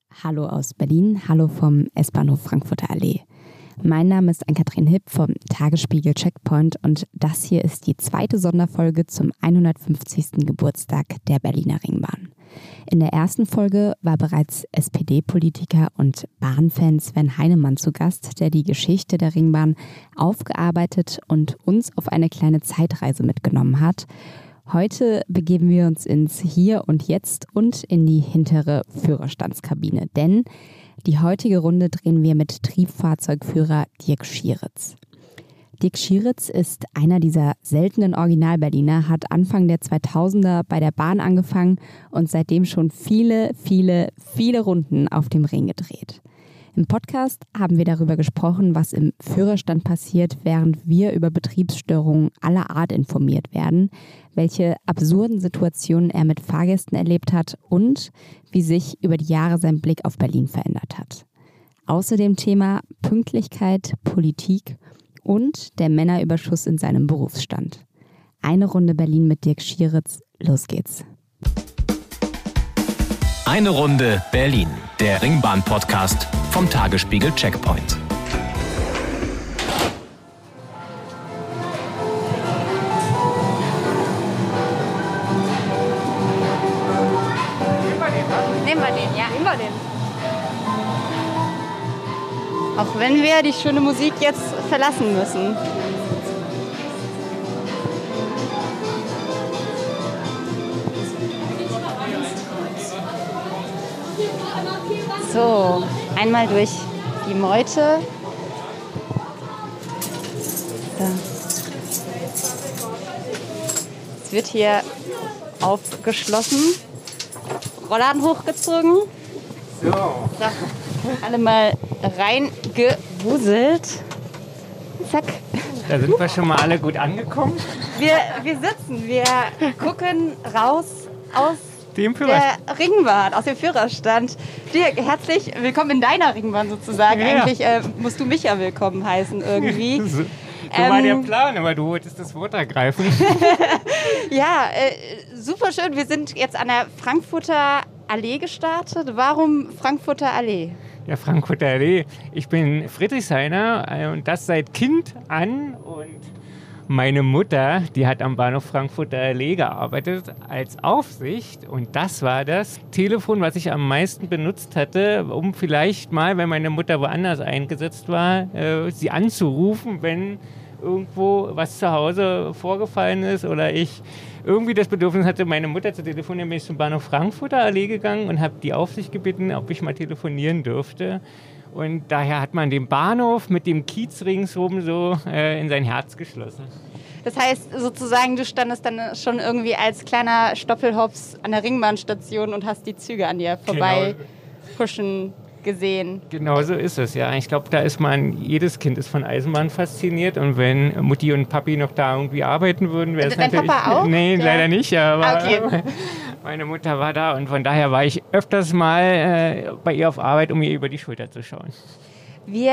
Hallo aus Berlin, hallo vom S-Bahnhof Frankfurter Allee. Mein Name ist Ann-Kathrin Hipp vom Tagesspiegel Checkpoint und das hier ist die zweite Sonderfolge zum 150. Geburtstag der Berliner Ringbahn. In der ersten Folge war bereits SPD-Politiker und Bahnfan Sven Heinemann zu Gast, der die Geschichte der Ringbahn aufgearbeitet und uns auf eine kleine Zeitreise mitgenommen hat. Heute begeben wir uns ins Hier und Jetzt und in die hintere Führerstandskabine, denn die heutige Runde drehen wir mit Triebfahrzeugführer Dirk Schieritz. Dirk Schieritz ist einer dieser seltenen Original-Berliner, hat Anfang der 2000er bei der Bahn angefangen und seitdem schon viele Runden auf dem Ring gedreht. Im Podcast haben wir darüber gesprochen, was im Führerstand passiert, während wir über Betriebsstörungen aller Art informiert werden, welche absurden Situationen er mit Fahrgästen erlebt hat und wie sich über die Jahre sein Blick auf Berlin verändert hat. Außerdem Thema Pünktlichkeit, Politik und der Männerüberschuss in seinem Berufsstand. Eine Runde Berlin mit Dirk Schieritz. Los geht's. Eine Runde Berlin, der Ringbahn-Podcast vom Tagesspiegel Checkpoint. Nehmen wir den. Auch wenn wir die schöne Musik jetzt verlassen müssen. So, einmal durch die Meute. So. Es wird hier aufgeschlossen. Rollladen hochgezogen. So. Alle mal reingewuselt. Zack. Da sind wir schon mal alle gut angekommen. Wir sitzen, wir gucken raus aus der Ringbahn, aus dem Führerstand. Dirk, herzlich willkommen in deiner Ringbahn sozusagen. Ja. Eigentlich musst du mich ja willkommen heißen irgendwie. So war der Plan, aber du wolltest das Wort ergreifen. Ja, super schön. Wir sind jetzt an der Frankfurter Allee gestartet. Warum Frankfurter Allee? Ja, Frankfurter Allee. Ich bin Friedrichshainer und das seit Kind an. Und meine Mutter, die hat am Bahnhof Frankfurter Allee gearbeitet als Aufsicht. Und das war das Telefon, was ich am meisten benutzt hatte, um vielleicht mal, wenn meine Mutter woanders eingesetzt war, sie anzurufen, wenn irgendwo was zu Hause vorgefallen ist oder ich irgendwie das Bedürfnis hatte, meine Mutter zu telefonieren, bin ich zum Bahnhof Frankfurter Allee gegangen und habe die Aufsicht gebeten, ob ich mal telefonieren dürfte. Und daher hat man den Bahnhof mit dem Kiez ringsherum so in sein Herz geschlossen. Das heißt sozusagen, du standest dann schon irgendwie als kleiner Stoppelhops an der Ringbahnstation und hast die Züge an dir vorbei huschen gesehen. Genau so ist es, ja. Ich glaube, jedes Kind ist von Eisenbahn fasziniert und wenn Mutti und Papi noch da irgendwie arbeiten würden, wäre es natürlich... Dein Papa auch? Nee, leider nicht, aber okay. Meine Mutter war da und von daher war ich öfters mal bei ihr auf Arbeit, um ihr über die Schulter zu schauen. Wir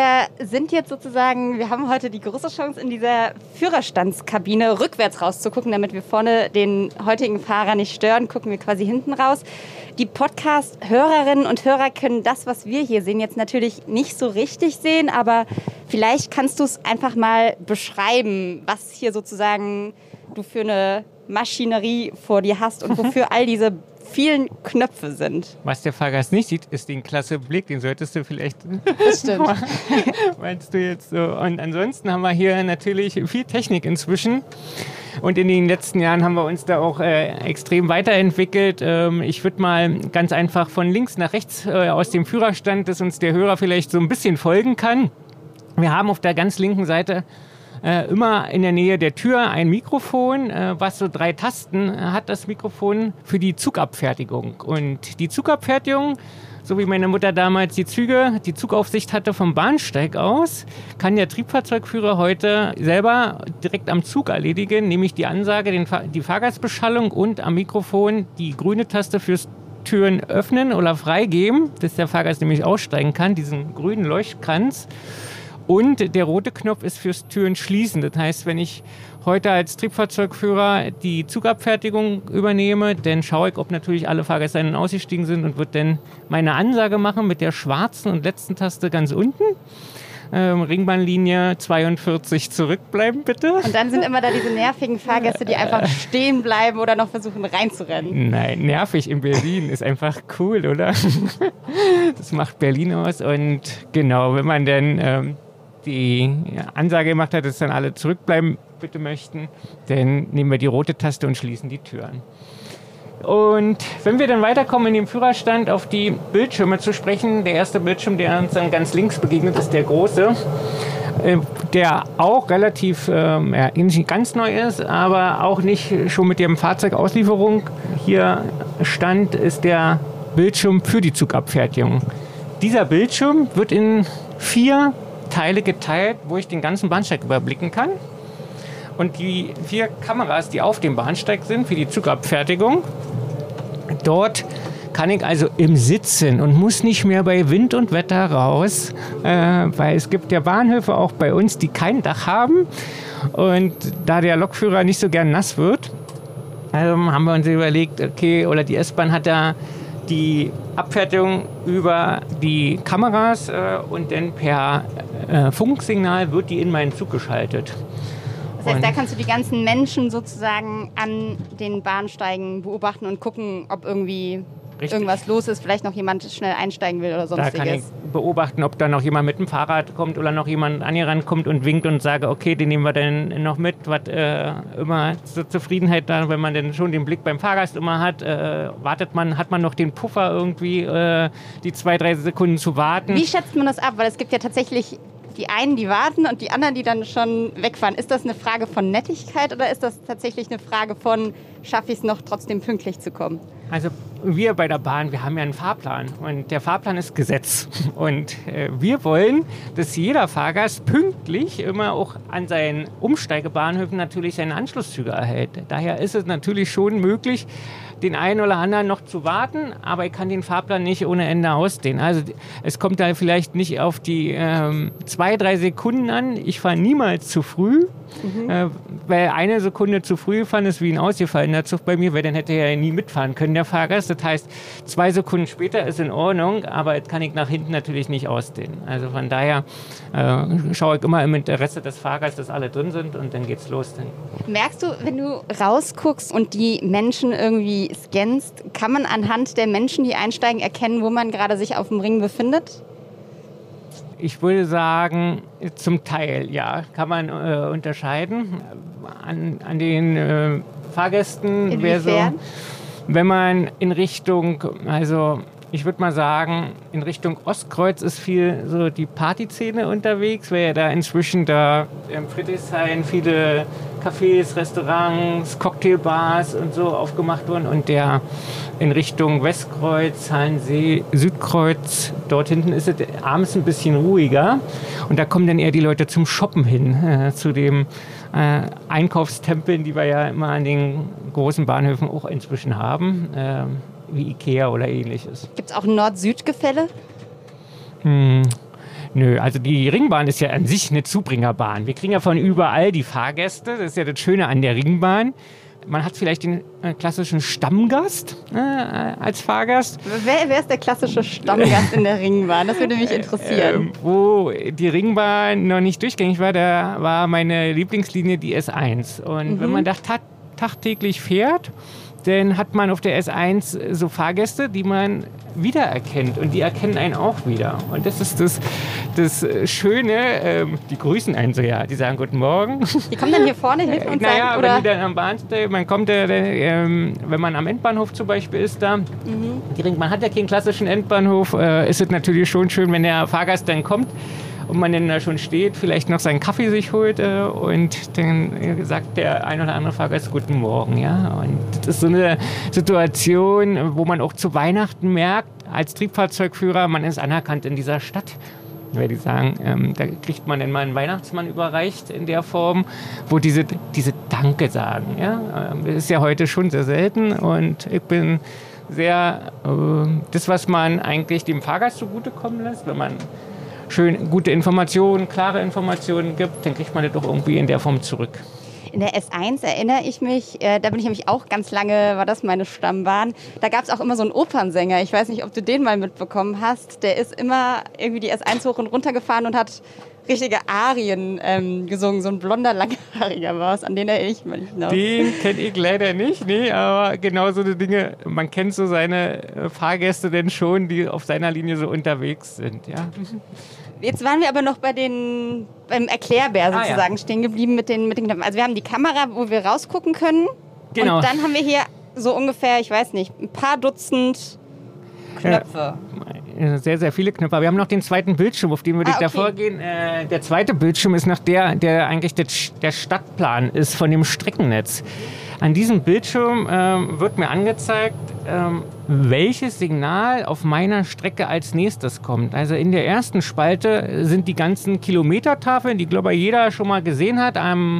haben heute die große Chance, in dieser Führerstandskabine rückwärts rauszugucken, damit wir vorne den heutigen Fahrer nicht stören, gucken wir quasi hinten raus. Die Podcast-Hörerinnen und Hörer können das, was wir hier sehen, jetzt natürlich nicht so richtig sehen, aber vielleicht kannst du es einfach mal beschreiben, was hier sozusagen du für eine Maschinerie vor dir hast und wofür all diese vielen Knöpfe sind. Was der Fahrgast nicht sieht, ist den klasse Blick, den solltest du vielleicht... Das stimmt. Meinst du jetzt so? Und ansonsten haben wir hier natürlich viel Technik inzwischen. Und in den letzten Jahren haben wir uns da auch extrem weiterentwickelt. Ich würde mal ganz einfach von links nach rechts aus dem Führerstand, dass uns der Hörer vielleicht so ein bisschen folgen kann. Wir haben auf der ganz linken Seite immer in der Nähe der Tür ein Mikrofon, was so 3 Tasten hat, das Mikrofon für die Zugabfertigung. Und die Zugabfertigung, so wie meine Mutter damals die Zugaufsicht hatte vom Bahnsteig aus, kann der Triebfahrzeugführer heute selber direkt am Zug erledigen, nämlich die Ansage, die Fahrgastbeschallung und am Mikrofon die grüne Taste fürs Türen öffnen oder freigeben, dass der Fahrgast nämlich aussteigen kann, diesen grünen Leuchtkranz. Und der rote Knopf ist fürs Türen schließen. Das heißt, wenn ich heute als Triebfahrzeugführer die Zugabfertigung übernehme, dann schaue ich, ob natürlich alle Fahrgäste ein- und ausgestiegen sind und würde dann meine Ansage machen mit der schwarzen und letzten Taste ganz unten. Ringbahnlinie 42 zurückbleiben, bitte. Und dann sind immer da diese nervigen Fahrgäste, die einfach stehen bleiben oder noch versuchen reinzurennen. Nein, nervig in Berlin ist einfach cool, oder? Das macht Berlin aus. Und genau, wenn man dann die Ansage gemacht hat, dass dann alle zurückbleiben bitte möchten, dann nehmen wir die rote Taste und schließen die Türen. Und wenn wir dann weiterkommen in dem Führerstand auf die Bildschirme zu sprechen, der erste Bildschirm, der uns dann ganz links begegnet, ist der große, der auch relativ nicht ganz neu ist, aber auch nicht schon mit der Fahrzeugauslieferung hier stand, ist der Bildschirm für die Zugabfertigung. Dieser Bildschirm wird in 4 Teile geteilt, wo ich den ganzen Bahnsteig überblicken kann. Und die 4 Kameras, die auf dem Bahnsteig sind für die Zugabfertigung, dort kann ich also im Sitzen und muss nicht mehr bei Wind und Wetter raus, weil es gibt ja Bahnhöfe auch bei uns, die kein Dach haben. Und da der Lokführer nicht so gern nass wird, haben wir uns überlegt, okay, oder die S-Bahn hat da die Abfertigung über die Kameras und dann per Funksignal wird die in meinen Zug geschaltet. Das heißt, da kannst du die ganzen Menschen sozusagen an den Bahnsteigen beobachten und gucken, ob irgendwie irgendwas los ist, vielleicht noch jemand schnell einsteigen will oder sonstiges. Da kann ich beobachten, ob da noch jemand mit dem Fahrrad kommt oder noch jemand an ihr rankommt und winkt und sage, okay, den nehmen wir dann noch mit, was immer zur Zufriedenheit da, wenn man dann schon den Blick beim Fahrgast immer hat, hat man noch den Puffer irgendwie, die 2-3 Sekunden zu warten. Wie schätzt man das ab? Weil es gibt ja tatsächlich die einen, die warten und die anderen, die dann schon wegfahren. Ist das eine Frage von Nettigkeit oder ist das tatsächlich eine Frage von, schaffe ich es noch trotzdem pünktlich zu kommen? Also wir bei der Bahn, wir haben ja einen Fahrplan und der Fahrplan ist Gesetz. Und wir wollen, dass jeder Fahrgast pünktlich immer auch an seinen Umsteigebahnhöfen natürlich seine Anschlusszüge erhält. Daher ist es natürlich schon möglich, den einen oder anderen noch zu warten, aber ich kann den Fahrplan nicht ohne Ende ausdehnen. Also es kommt da vielleicht nicht auf die 2-3 Sekunden an. Ich fahre niemals zu früh, weil eine Sekunde zu früh fahren ist wie ein ausgefallener Zug bei mir, weil dann hätte er ja nie mitfahren können, der Fahrgast. Das heißt, 2 Sekunden später ist in Ordnung, aber das kann ich nach hinten natürlich nicht ausdehnen. Also von daher schaue ich immer im Interesse des Fahrgastes, dass alle drin sind und dann geht's los. Merkst du, wenn du rausguckst und die Menschen irgendwie scannst, kann man anhand der Menschen, die einsteigen, erkennen, wo man gerade sich auf dem Ring befindet? Ich würde sagen, zum Teil, ja, kann man unterscheiden. An den Fahrgästen. Inwiefern? Wenn man in Richtung, also ich würde mal sagen, in Richtung Ostkreuz ist viel so die Partyszene unterwegs, weil ja da inzwischen da im Friedrichshain viele Cafés, Restaurants, Cocktailbars und so aufgemacht wurden und der in Richtung Westkreuz, Halensee, Südkreuz, dort hinten ist es abends ein bisschen ruhiger und da kommen dann eher die Leute zum Shoppen hin, zu dem Einkaufstempeln, die wir ja immer an den großen Bahnhöfen auch inzwischen haben, wie Ikea oder ähnliches. Gibt es auch Nord-Süd-Gefälle? Nö, also die Ringbahn ist ja an sich eine Zubringerbahn. Wir kriegen ja von überall die Fahrgäste, das ist ja das Schöne an der Ringbahn. Man hat vielleicht den klassischen Stammgast als Fahrgast. Wer ist der klassische Stammgast in der Ringbahn? Das würde mich interessieren. Wo die Ringbahn noch nicht durchgängig war, da war meine Lieblingslinie die S1. Und wenn man da tagtäglich fährt, dann hat man auf der S1 so Fahrgäste, die man wiedererkennt und die erkennen einen auch wieder. Und das ist das Schöne, die grüßen einen so, ja, die sagen Guten Morgen. Die kommen dann hier vorne hin und sagen, oder? Wenn die dann am Bahnsteig, man kommt, wenn man am Endbahnhof zum Beispiel ist da, die Ringbahn hat ja keinen klassischen Endbahnhof, ist es natürlich schon schön, wenn der Fahrgast dann kommt und man dann da schon steht, vielleicht noch seinen Kaffee sich holt und dann sagt der ein oder andere Fahrgast Guten Morgen. Ja? Und das ist so eine Situation, wo man auch zu Weihnachten merkt, als Triebfahrzeugführer, man ist anerkannt in dieser Stadt. Weil die sagen, da kriegt man dann mal einen Weihnachtsmann überreicht in der Form, wo diese Danke sagen. Ja? Das ist ja heute schon sehr selten und ich bin sehr, das, was man eigentlich dem Fahrgast zugutekommen lässt, wenn man schön gute Informationen, klare Informationen gibt, dann kriegt man das doch irgendwie in der Form zurück. In der S1 erinnere ich mich, da bin ich nämlich auch ganz lange, war das meine Stammbahn, da gab es auch immer so einen Opernsänger, ich weiß nicht, ob du den mal mitbekommen hast, der ist immer irgendwie die S1 hoch und runter gefahren und hat richtige Arien gesungen, so ein blonder, langhaariger war es, an den erinnere ich mich noch. Den kenne ich leider nicht, nee, aber genau so eine Dinge, man kennt so seine Fahrgäste denn schon, die auf seiner Linie so unterwegs sind, ja. Jetzt waren wir aber noch beim Erklärbär sozusagen stehen geblieben mit den Knöpfen. Also wir haben die Kamera, wo wir rausgucken können. Genau. Und dann haben wir hier so ungefähr, ich weiß nicht, ein paar Dutzend Knöpfe. Sehr, sehr viele Knöpfe. Aber wir haben noch den zweiten Bildschirm, auf den würde ich davor gehen. Der zweite Bildschirm ist noch der eigentlich der Stadtplan ist von dem Streckennetz. An diesem Bildschirm wird mir angezeigt, welches Signal auf meiner Strecke als nächstes kommt. Also in der ersten Spalte sind die ganzen Kilometertafeln, die, glaube ich, jeder schon mal gesehen hat, am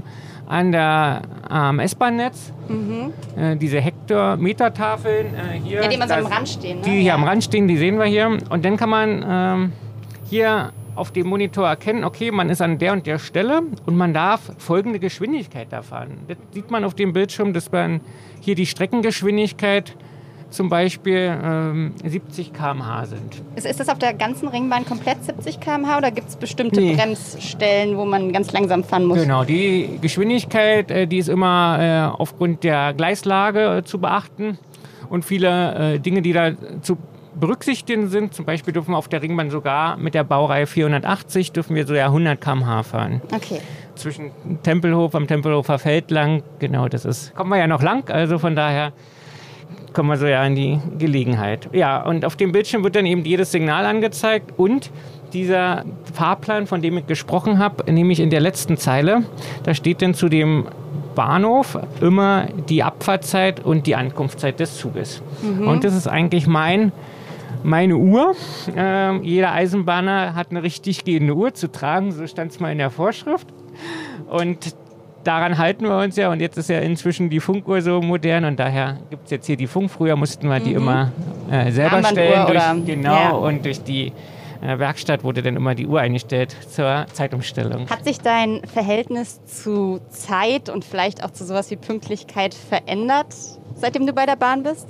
S-Bahn-Netz. Mhm. Diese Hektometertafeln hier. Ja, die immer so am Rand stehen. Ne? Die hier am Rand stehen, die sehen wir hier. Und dann kann man hier auf dem Monitor erkennen, okay, man ist an der und der Stelle und man darf folgende Geschwindigkeit da fahren. Das sieht man auf dem Bildschirm, dass man hier die Streckengeschwindigkeit zum Beispiel 70 km/h sind. Ist das auf der ganzen Ringbahn komplett 70 km/h oder gibt es bestimmte Bremsstellen, wo man ganz langsam fahren muss? Genau, die Geschwindigkeit, die ist immer aufgrund der Gleislage zu beachten und viele Dinge, die da zu berücksichtigen sind. Zum Beispiel dürfen wir auf der Ringbahn sogar mit der Baureihe 480 dürfen wir so ja 100 km/h fahren. Okay. Zwischen Tempelhof am Tempelhofer Feld lang, genau, kommen wir ja noch lang, also von daher kommen wir so ja in die Gelegenheit. Ja, und auf dem Bildschirm wird dann eben jedes Signal angezeigt und dieser Fahrplan, von dem ich gesprochen habe, nämlich in der letzten Zeile, da steht dann zu dem Bahnhof immer die Abfahrtzeit und die Ankunftszeit des Zuges. Mhm. Und das ist eigentlich meine Uhr. Jeder Eisenbahner hat eine richtig gehende Uhr zu tragen, so stand es mal in der Vorschrift. Und daran halten wir uns ja. Und jetzt ist ja inzwischen die Funkuhr so modern und daher gibt es jetzt hier die Funk. Früher mussten wir die immer selber stellen. Und durch die Werkstatt wurde dann immer die Uhr eingestellt zur Zeitumstellung. Hat sich dein Verhältnis zu Zeit und vielleicht auch zu sowas wie Pünktlichkeit verändert, seitdem du bei der Bahn bist?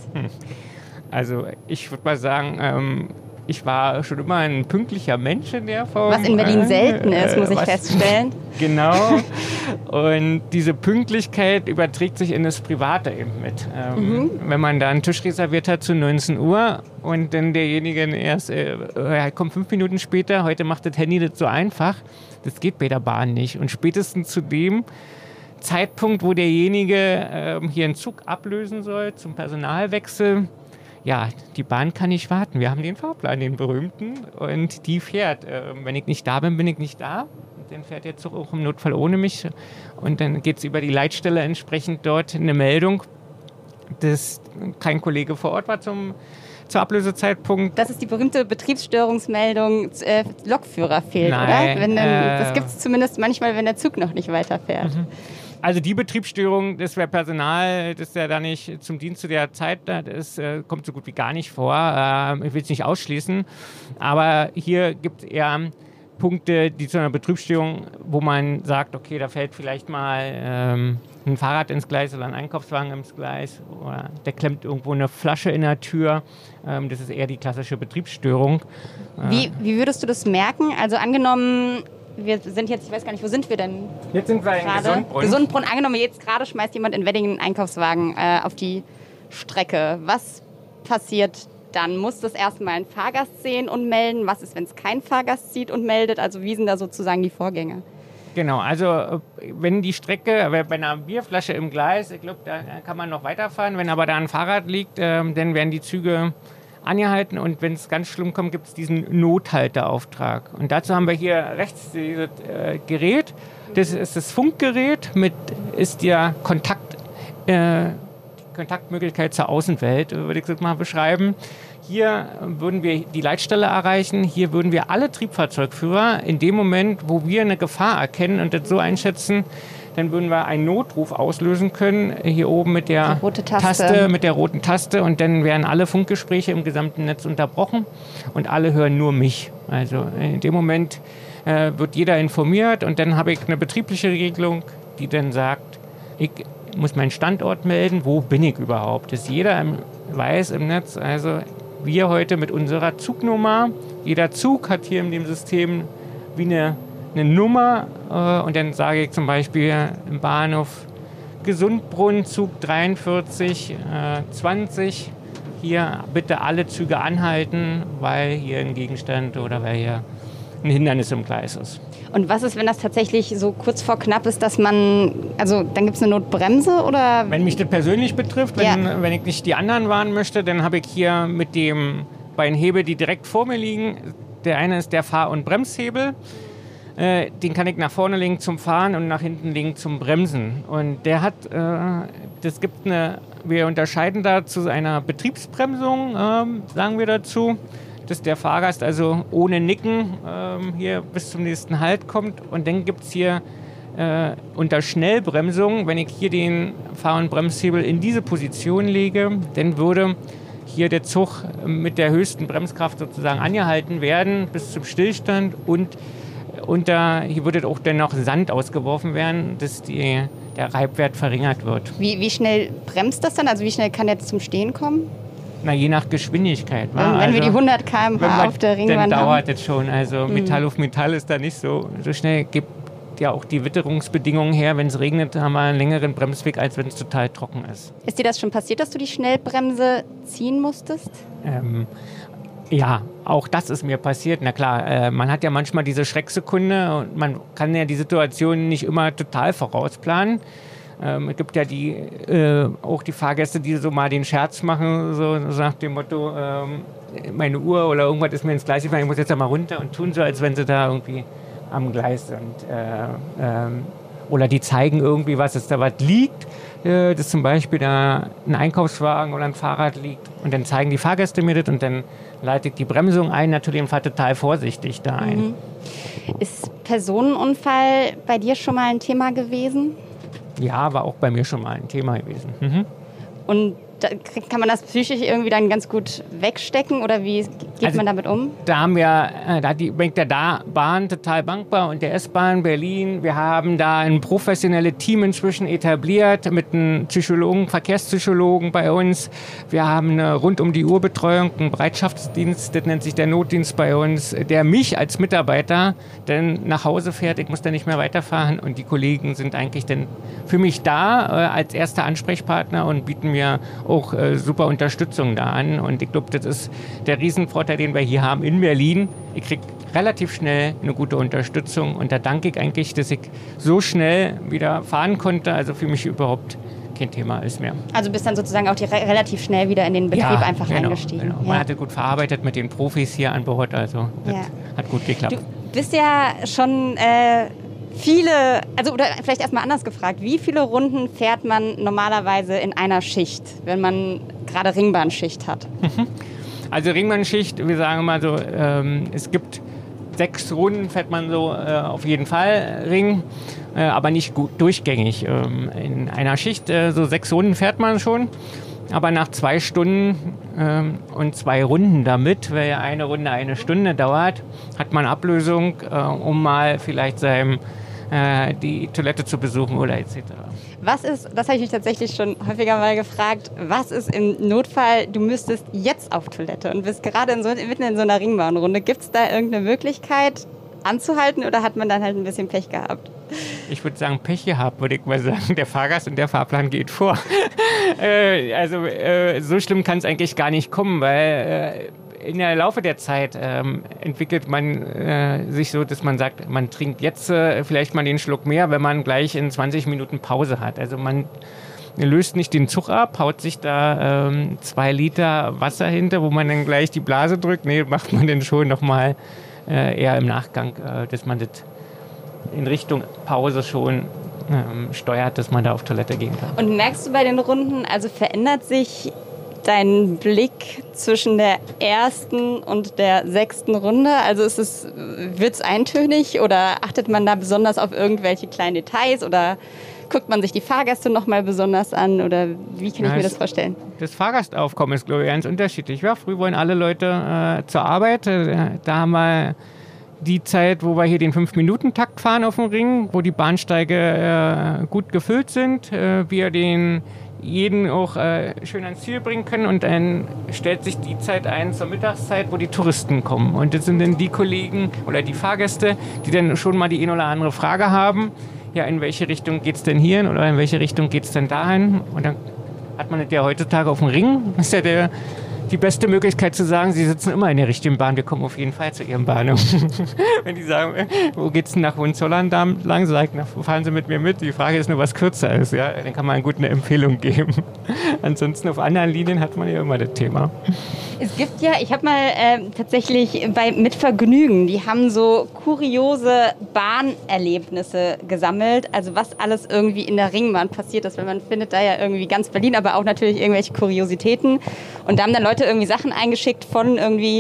Also ich würde mal sagen, ich war schon immer ein pünktlicher Mensch in der Form. Was in Berlin selten ist, muss ich feststellen. Genau. Und diese Pünktlichkeit überträgt sich in das Private eben mit. Wenn man da einen Tisch reserviert hat zu 19 Uhr und dann derjenige erst kommt 5 Minuten später, heute macht das Handy das so einfach, das geht bei der Bahn nicht. Und spätestens zu dem Zeitpunkt, wo derjenige hier einen Zug ablösen soll zum Personalwechsel, ja, die Bahn kann nicht warten. Wir haben den Fahrplan, den berühmten, und die fährt. Wenn ich nicht da bin, bin ich nicht da. Und dann fährt der Zug auch im Notfall ohne mich. Und dann geht es über die Leitstelle entsprechend dort eine Meldung, dass kein Kollege vor Ort war zum Ablösezeitpunkt. Das ist die berühmte Betriebsstörungsmeldung, Lokführer fehlt, Nein, oder? Das gibt es zumindest manchmal, wenn der Zug noch nicht weiterfährt. Also die Betriebsstörung, das wäre Personal, das ja da nicht zum Dienst zu der Zeit da ist, kommt so gut wie gar nicht vor. Ich will es nicht ausschließen, aber hier gibt es eher Punkte, die zu einer Betriebsstörung, wo man sagt, okay, da fällt vielleicht mal ein Fahrrad ins Gleis oder ein Einkaufswagen ins Gleis oder der klemmt irgendwo eine Flasche in der Tür. Das ist eher die klassische Betriebsstörung. Wie würdest du das merken? Also angenommen, wir sind jetzt, ich weiß gar nicht, wo sind wir denn? Jetzt sind wir in Gesundbrunn. Angenommen, jetzt gerade schmeißt jemand in Wedding einen Einkaufswagen auf die Strecke. Was passiert dann? Muss das erstmal ein Fahrgast sehen und melden? Was ist, wenn es kein Fahrgast sieht und meldet? Also wie sind da sozusagen die Vorgänge? Genau, also wenn die Strecke, bei einer Bierflasche im Gleis, ich glaube, da kann man noch weiterfahren. Wenn aber da ein Fahrrad liegt, dann werden die Züge angehalten und wenn es ganz schlimm kommt, gibt es diesen Nothalteauftrag. Und dazu haben wir hier rechts dieses Gerät. Das ist das Funkgerät, ist der Kontaktmöglichkeit zur Außenwelt, würde ich das mal beschreiben. Hier würden wir die Leitstelle erreichen. Hier würden wir alle Triebfahrzeugführer in dem Moment, wo wir eine Gefahr erkennen und das so einschätzen, dann würden wir einen Notruf auslösen können, hier oben mit der rote Taste. mit der roten Taste, und dann werden alle Funkgespräche im gesamten Netz unterbrochen und alle hören nur mich. Also in dem Moment wird jeder informiert, und dann habe ich eine betriebliche Regelung, die dann sagt, ich muss meinen Standort melden, wo bin ich überhaupt. Dass jeder weiß im Netz, also wir heute mit unserer Zugnummer, jeder Zug hat hier in dem System wie eine Nummer, und dann sage ich zum Beispiel im Bahnhof Gesundbrunn, Zug 43, 20, hier bitte alle Züge anhalten, weil hier ein Gegenstand oder weil hier ein Hindernis im Gleis ist. Und was ist, wenn das tatsächlich so kurz vor knapp ist, dass man, also dann gibt es eine Notbremse oder? Wenn mich das persönlich betrifft, wenn ich nicht die anderen warnen möchte, dann habe ich hier mit den beiden Hebel, die direkt vor mir liegen. Der eine ist der Fahr- und Bremshebel. Den kann ich nach vorne legen zum Fahren und nach hinten legen zum Bremsen. Und der hat, wir unterscheiden da zu einer Betriebsbremsung, sagen wir dazu, dass der Fahrgast also ohne Nicken hier bis zum nächsten Halt kommt. Und dann gibt es hier unter Schnellbremsung, wenn ich hier den Fahr- und Bremshebel in diese Position lege, dann würde hier der Zug mit der höchsten Bremskraft sozusagen angehalten werden bis zum Stillstand, und hier würde auch dann noch Sand ausgeworfen werden, dass der Reibwert verringert wird. Wie schnell bremst das dann? Also wie schnell kann der zum Stehen kommen? Na, je nach Geschwindigkeit. Wenn wir die 100 km/h auf der Ringbahn haben. Dann dauert es schon. Also Metall auf Metall ist da nicht so schnell. Gibt ja auch die Witterungsbedingungen her. Wenn es regnet, haben wir einen längeren Bremsweg, als wenn es total trocken ist. Ist dir das schon passiert, dass du die Schnellbremse ziehen musstest? Ja, auch das ist mir passiert. Na klar, man hat ja manchmal diese Schrecksekunde und man kann ja die Situation nicht immer total vorausplanen. Es gibt ja auch die Fahrgäste, die so mal den Scherz machen, so nach dem Motto, meine Uhr oder irgendwas ist mir ins Gleis gefallen, ich muss jetzt da mal runter, und tun so, als wenn sie da irgendwie am Gleis sind. Oder die zeigen irgendwie, dass da was liegt, dass zum Beispiel da ein Einkaufswagen oder ein Fahrrad liegt, und dann zeigen die Fahrgäste mir das, und dann leite ich die Bremsung ein, natürlich und fahre total vorsichtig da ein. Ist Personenunfall bei dir schon mal ein Thema gewesen? Ja, war auch bei mir schon mal ein Thema gewesen. Und kann man das psychisch irgendwie dann ganz gut wegstecken, oder wie geht man damit um? Da haben wir, der Bahn total dankbar und der S-Bahn Berlin. Wir haben da ein professionelles Team inzwischen etabliert mit einem Psychologen, Verkehrspsychologen bei uns. Wir haben eine rund-um-die-Uhr-Betreuung, einen Bereitschaftsdienst, das nennt sich der Notdienst bei uns, der mich als Mitarbeiter dann nach Hause fährt. Ich muss dann nicht mehr weiterfahren, und die Kollegen sind eigentlich dann für mich da als erster Ansprechpartner und bieten mir auch super Unterstützung da an. Und ich glaube, das ist der Riesenvorteil, den wir hier haben in Berlin. Ich kriege relativ schnell eine gute Unterstützung, und da danke ich eigentlich, dass ich so schnell wieder fahren konnte. Also für mich überhaupt kein Thema ist mehr. Also bist dann sozusagen auch relativ schnell wieder in den Betrieb eingestiegen. Genau. Man hat gut verarbeitet mit den Profis hier an Bord, also das hat gut geklappt. Du bist ja schon oder vielleicht erstmal anders gefragt, wie viele Runden fährt man normalerweise in einer Schicht, wenn man gerade Ringbahnschicht hat? Also Ringbahnschicht, wir sagen mal so, es gibt 6 Runden, fährt man so auf jeden Fall Ring, aber nicht gut durchgängig. In einer Schicht so 6 Runden fährt man schon, aber nach 2 Stunden und 2 Runden damit, weil ja eine Runde 1 Stunde dauert, hat man Ablösung, um mal vielleicht die Toilette zu besuchen oder etc. Das habe ich mich tatsächlich schon häufiger mal gefragt, was ist im Notfall, du müsstest jetzt auf Toilette und bist gerade mitten in so einer Ringbahnrunde. Gibt es da irgendeine Möglichkeit anzuhalten, oder hat man dann halt ein bisschen Pech gehabt? Ich würde sagen, Pech gehabt, würde ich mal sagen. Der Fahrgast und der Fahrplan geht vor. So schlimm kann es eigentlich gar nicht kommen, weil in der Laufe der Zeit entwickelt man sich so, dass man sagt, man trinkt jetzt vielleicht mal den Schluck mehr, wenn man gleich in 20 Minuten Pause hat. Also man löst nicht den Zug ab, haut sich da 2 Liter Wasser hinter, wo man dann gleich die Blase drückt. Nee, macht man dann schon nochmal eher im Nachgang, dass man das in Richtung Pause schon steuert, dass man da auf Toilette gehen kann. Und merkst du bei den Runden, also verändert sich dein Blick zwischen der ersten und der 6. Runde? Also wird es eintönig oder achtet man da besonders auf irgendwelche kleinen Details oder guckt man sich die Fahrgäste noch mal besonders an oder wie kann ich mir das vorstellen? Das Fahrgastaufkommen ist, glaube ich, ganz unterschiedlich. Ja, früh wollen alle Leute zur Arbeit. Da haben wir die Zeit, wo wir hier den 5-Minuten-Takt fahren auf dem Ring, wo die Bahnsteige gut gefüllt sind, wir jeden auch schön ans Ziel bringen können und dann stellt sich die Zeit ein zur Mittagszeit, wo die Touristen kommen. Und das sind dann die Kollegen oder die Fahrgäste, die dann schon mal die eine oder andere Frage haben. Ja, in welche Richtung geht es denn hierhin oder in welche Richtung geht es denn dahin? Und dann hat man das ja heutzutage auf dem Ring. Das ist ja die beste Möglichkeit zu sagen, sie sitzen immer in der richtigen Bahn, wir kommen auf jeden Fall zu ihrem Bahnhof. Wenn die sagen, wo geht's denn nach Hohenzollern lang, sagt, fahren Sie mit mir mit. Die Frage ist nur, was kürzer ist. Ja? Dann kann man gut eine Empfehlung geben. Ansonsten auf anderen Linien hat man ja immer das Thema. Es gibt ja, ich habe mal tatsächlich mit Vergnügen, die haben so kuriose Bahnerlebnisse gesammelt, also was alles irgendwie in der Ringbahn passiert ist, weil man findet da ja irgendwie ganz Berlin, aber auch natürlich irgendwelche Kuriositäten und da haben dann Leute irgendwie Sachen eingeschickt von irgendwie,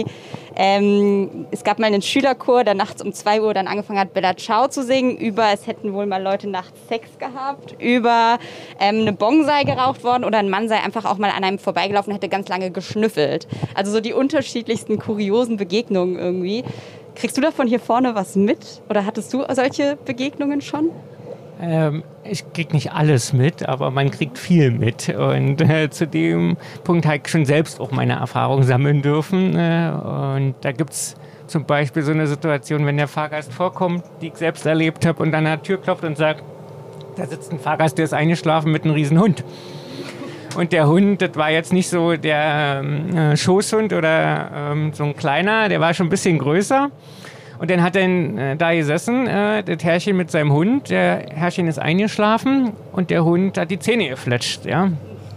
es gab mal einen Schülerchor, der nachts um 2 Uhr dann angefangen hat, Bella Ciao zu singen, über es hätten wohl mal Leute nachts Sex gehabt, über eine Bong sei geraucht worden oder ein Mann sei einfach auch mal an einem vorbeigelaufen und hätte ganz lange geschnüffelt. Also so die unterschiedlichsten kuriosen Begegnungen irgendwie. Kriegst du davon hier vorne was mit? Oder hattest du solche Begegnungen schon? Ich krieg nicht alles mit, aber man kriegt viel mit. Und zu dem Punkt habe ich schon selbst auch meine Erfahrung sammeln dürfen. Und da gibt es zum Beispiel so eine Situation, wenn der Fahrgast vorkommt, die ich selbst erlebt habe und dann an der Tür klopft und sagt, da sitzt ein Fahrgast, der ist eingeschlafen mit einem riesen Hund. Und der Hund, das war jetzt nicht so der Schoßhund oder so ein kleiner, der war schon ein bisschen größer. Und dann hat er da gesessen, das Herrchen mit seinem Hund. Der Herrchen ist eingeschlafen und der Hund hat die Zähne gefletscht. Ja?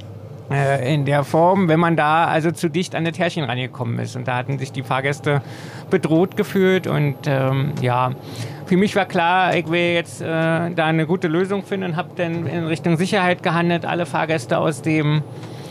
In der Form, wenn man da also zu dicht an das Herrchen rangekommen ist. Und da hatten sich die Fahrgäste bedroht gefühlt. Und ja, für mich war klar, ich will jetzt da eine gute Lösung finden und habe dann in Richtung Sicherheit gehandelt. Alle Fahrgäste aus dem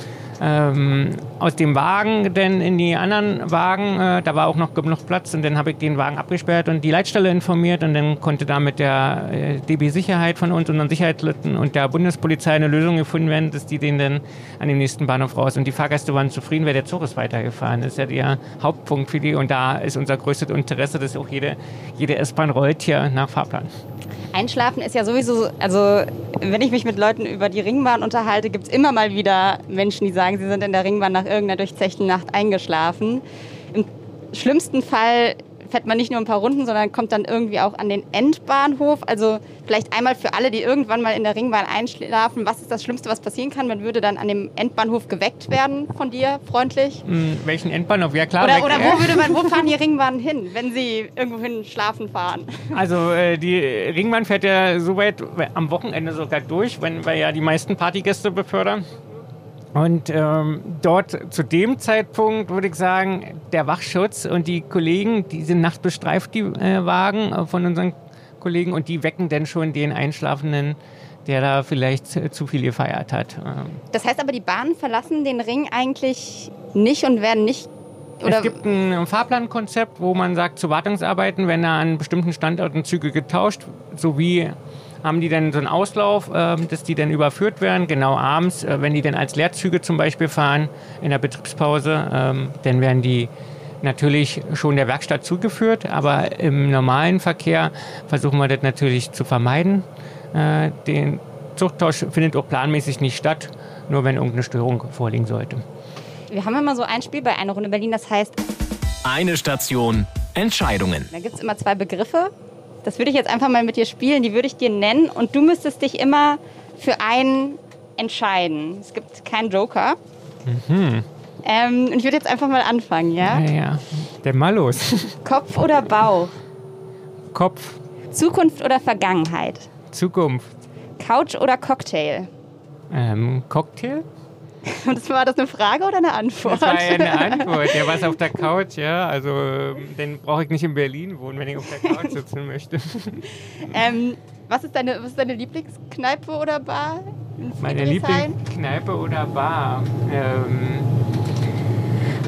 Wagen denn in die anderen Wagen, da war auch noch genug Platz und dann habe ich den Wagen abgesperrt und die Leitstelle informiert und dann konnte da mit der DB Sicherheit von uns, unseren Sicherheitsleuten und der Bundespolizei eine Lösung gefunden werden, dass die den dann an dem nächsten Bahnhof raus und die Fahrgäste waren zufrieden, weil der Zug ist weitergefahren. Das ist ja der Hauptpunkt für die und da ist unser größtes Interesse, dass auch jede S-Bahn rollt hier nach Fahrplan. Einschlafen ist ja sowieso, also wenn ich mich mit Leuten über die Ringbahn unterhalte, gibt es immer mal wieder Menschen, die sagen, sie sind in der Ringbahn nach irgendeiner durchzechten Nacht eingeschlafen. Im schlimmsten Fall fährt man nicht nur ein paar Runden, sondern kommt dann irgendwie auch an den Endbahnhof. Also vielleicht einmal für alle, die irgendwann mal in der Ringbahn einschlafen, was ist das Schlimmste, was passieren kann? Man würde dann an dem Endbahnhof geweckt werden von dir, freundlich. Welchen Endbahnhof? Ja klar. Oder wo fahren die Ringbahnen hin, wenn sie irgendwohin schlafen fahren? Also die Ringbahn fährt ja so weit am Wochenende sogar durch, wenn wir ja die meisten Partygäste befördern. Und dort zu dem Zeitpunkt würde ich sagen, der Wachschutz und die Kollegen, die sind nachts bestreift, die Wagen von unseren Kollegen und die wecken dann schon den Einschlafenden, der da vielleicht zu viel gefeiert hat. Das heißt aber, die Bahnen verlassen den Ring eigentlich nicht und werden nicht... Oder? Es gibt ein Fahrplankonzept, wo man sagt, zu Wartungsarbeiten werden da an bestimmten Standorten Züge getauscht, sowie haben die dann so einen Auslauf, dass die dann überführt werden, genau abends, wenn die dann als Leerzüge zum Beispiel fahren in der Betriebspause, dann werden die natürlich schon der Werkstatt zugeführt, aber im normalen Verkehr versuchen wir das natürlich zu vermeiden. Den Zugtausch findet auch planmäßig nicht statt, nur wenn irgendeine Störung vorliegen sollte. Wir haben immer so ein Spiel bei Eine Runde Berlin, das heißt... Eine Station, Entscheidungen. Da gibt es immer 2 Begriffe. Das würde ich jetzt einfach mal mit dir spielen, die würde ich dir nennen und du müsstest dich immer für einen entscheiden. Es gibt keinen Joker. Und ich würde jetzt einfach mal anfangen, ja? Ja, dann mal los. Kopf oder Bauch? Kopf. Zukunft oder Vergangenheit? Zukunft. Couch oder Cocktail? Cocktail? Und war das eine Frage oder eine Antwort? Das war ja eine Antwort. Der war auf der Couch, ja. Also, dann brauche ich nicht in Berlin wohnen, wenn ich auf der Couch sitzen möchte. Was ist deine Lieblingskneipe oder Bar? Meine Lieblingskneipe oder Bar?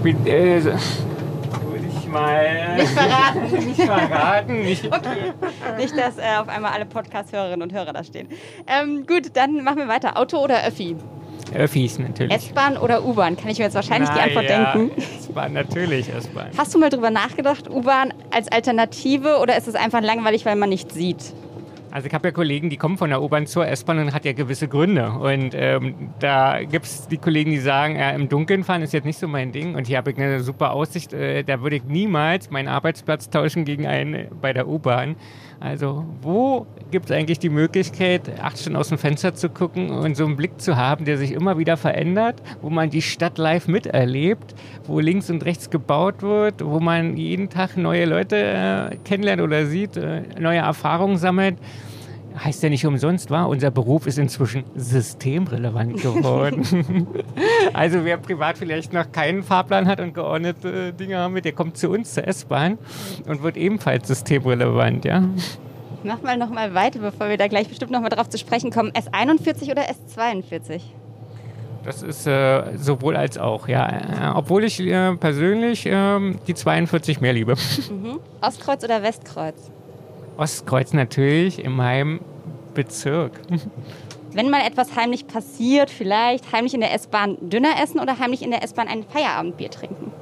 Würde ich mal Nicht verraten. nicht verraten. Okay. Nicht, dass auf einmal alle Podcast-Hörerinnen und Hörer da stehen. Gut, dann machen wir weiter. Auto oder Öffi? Öffis natürlich. S-Bahn oder U-Bahn? Kann ich mir jetzt wahrscheinlich die Antwort denken. S-Bahn, natürlich S-Bahn. Hast du mal drüber nachgedacht, U-Bahn als Alternative, oder ist es einfach langweilig, weil man nichts sieht? Also ich habe ja Kollegen, die kommen von der U-Bahn zur S-Bahn und hat ja gewisse Gründe. Und da gibt es die Kollegen, die sagen, im Dunkeln fahren ist jetzt nicht so mein Ding. Und hier habe ich eine super Aussicht. Da würde ich niemals meinen Arbeitsplatz tauschen gegen einen bei der U-Bahn. Also wo gibt es eigentlich die Möglichkeit, 8 Stunden aus dem Fenster zu gucken und so einen Blick zu haben, der sich immer wieder verändert, wo man die Stadt live miterlebt, wo links und rechts gebaut wird, wo man jeden Tag neue Leute kennenlernt oder sieht, neue Erfahrungen sammelt. Heißt ja nicht umsonst, war unser Beruf ist inzwischen systemrelevant geworden. Also wer privat vielleicht noch keinen Fahrplan hat und geordnete Dinge haben will, der kommt zu uns zur S-Bahn und wird ebenfalls systemrelevant, ja. Mach mal noch mal weiter, bevor wir da gleich bestimmt noch mal drauf zu sprechen kommen. S41 oder S42? Das ist sowohl als auch, ja. Obwohl ich persönlich die 42 mehr liebe. Ostkreuz oder Westkreuz? Ostkreuz natürlich in meinem Bezirk. Wenn mal etwas heimlich passiert, vielleicht heimlich in der S-Bahn Döner essen oder heimlich in der S-Bahn ein Feierabendbier trinken?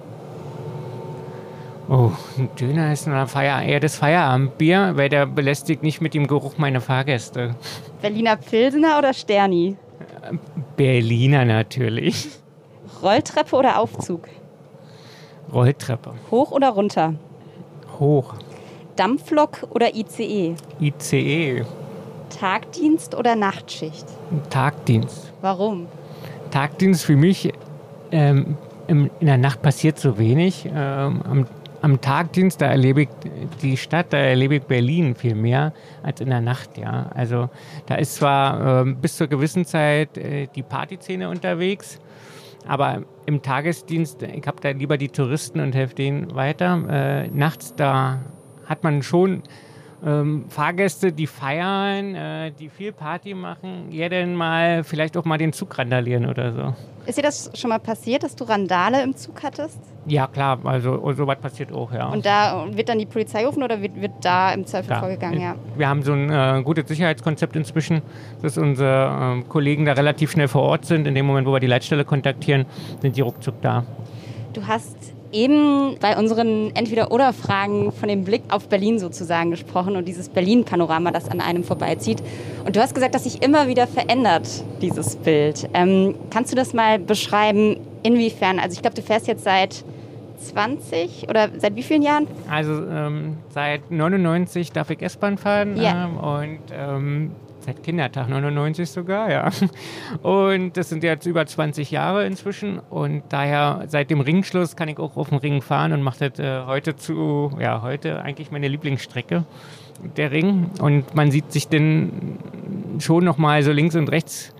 Oh, ein Döner essen oder eher das Feierabendbier, weil der belästigt nicht mit dem Geruch meine Fahrgäste. Berliner Pilsener oder Sterni? Berliner natürlich. Rolltreppe oder Aufzug? Rolltreppe. Hoch oder runter? Hoch. Dampflok oder ICE? ICE. Tagdienst oder Nachtschicht? Tagdienst. Warum? Tagdienst für mich, in der Nacht passiert so wenig. Am Tagdienst, da erlebe ich die Stadt, da erlebe ich Berlin viel mehr als in der Nacht, ja. Also da ist zwar bis zur gewissen Zeit die Partyszene unterwegs, aber im Tagesdienst, ich habe da lieber die Touristen und helfe denen weiter. Nachts, da hat man schon Fahrgäste, die feiern, die viel Party machen, ja dann mal vielleicht auch mal den Zug randalieren oder so. Ist dir das schon mal passiert, dass du Randale im Zug hattest? Ja klar, also sowas passiert auch, ja. Und da wird dann die Polizei gerufen oder wird da im Zweifel vorgegangen? Ja. Wir haben so ein gutes Sicherheitskonzept inzwischen, dass unsere Kollegen da relativ schnell vor Ort sind. In dem Moment, wo wir die Leitstelle kontaktieren, sind die ruckzuck da. Du hast eben bei unseren Entweder-Oder-Fragen von dem Blick auf Berlin sozusagen gesprochen und dieses Berlin-Panorama, das an einem vorbeizieht. Und du hast gesagt, dass sich immer wieder verändert, dieses Bild. Kannst du das mal beschreiben, inwiefern? Also ich glaube, du fährst jetzt seit 20 oder seit wie vielen Jahren? Also seit 99 darf ich S-Bahn fahren, ja. Und seit Kindertag 99 sogar, ja. Und das sind jetzt über 20 Jahre inzwischen und daher seit dem Ringschluss kann ich auch auf dem Ring fahren und mache das heute eigentlich meine Lieblingsstrecke, der Ring. Und man sieht sich dann schon nochmal so links und rechts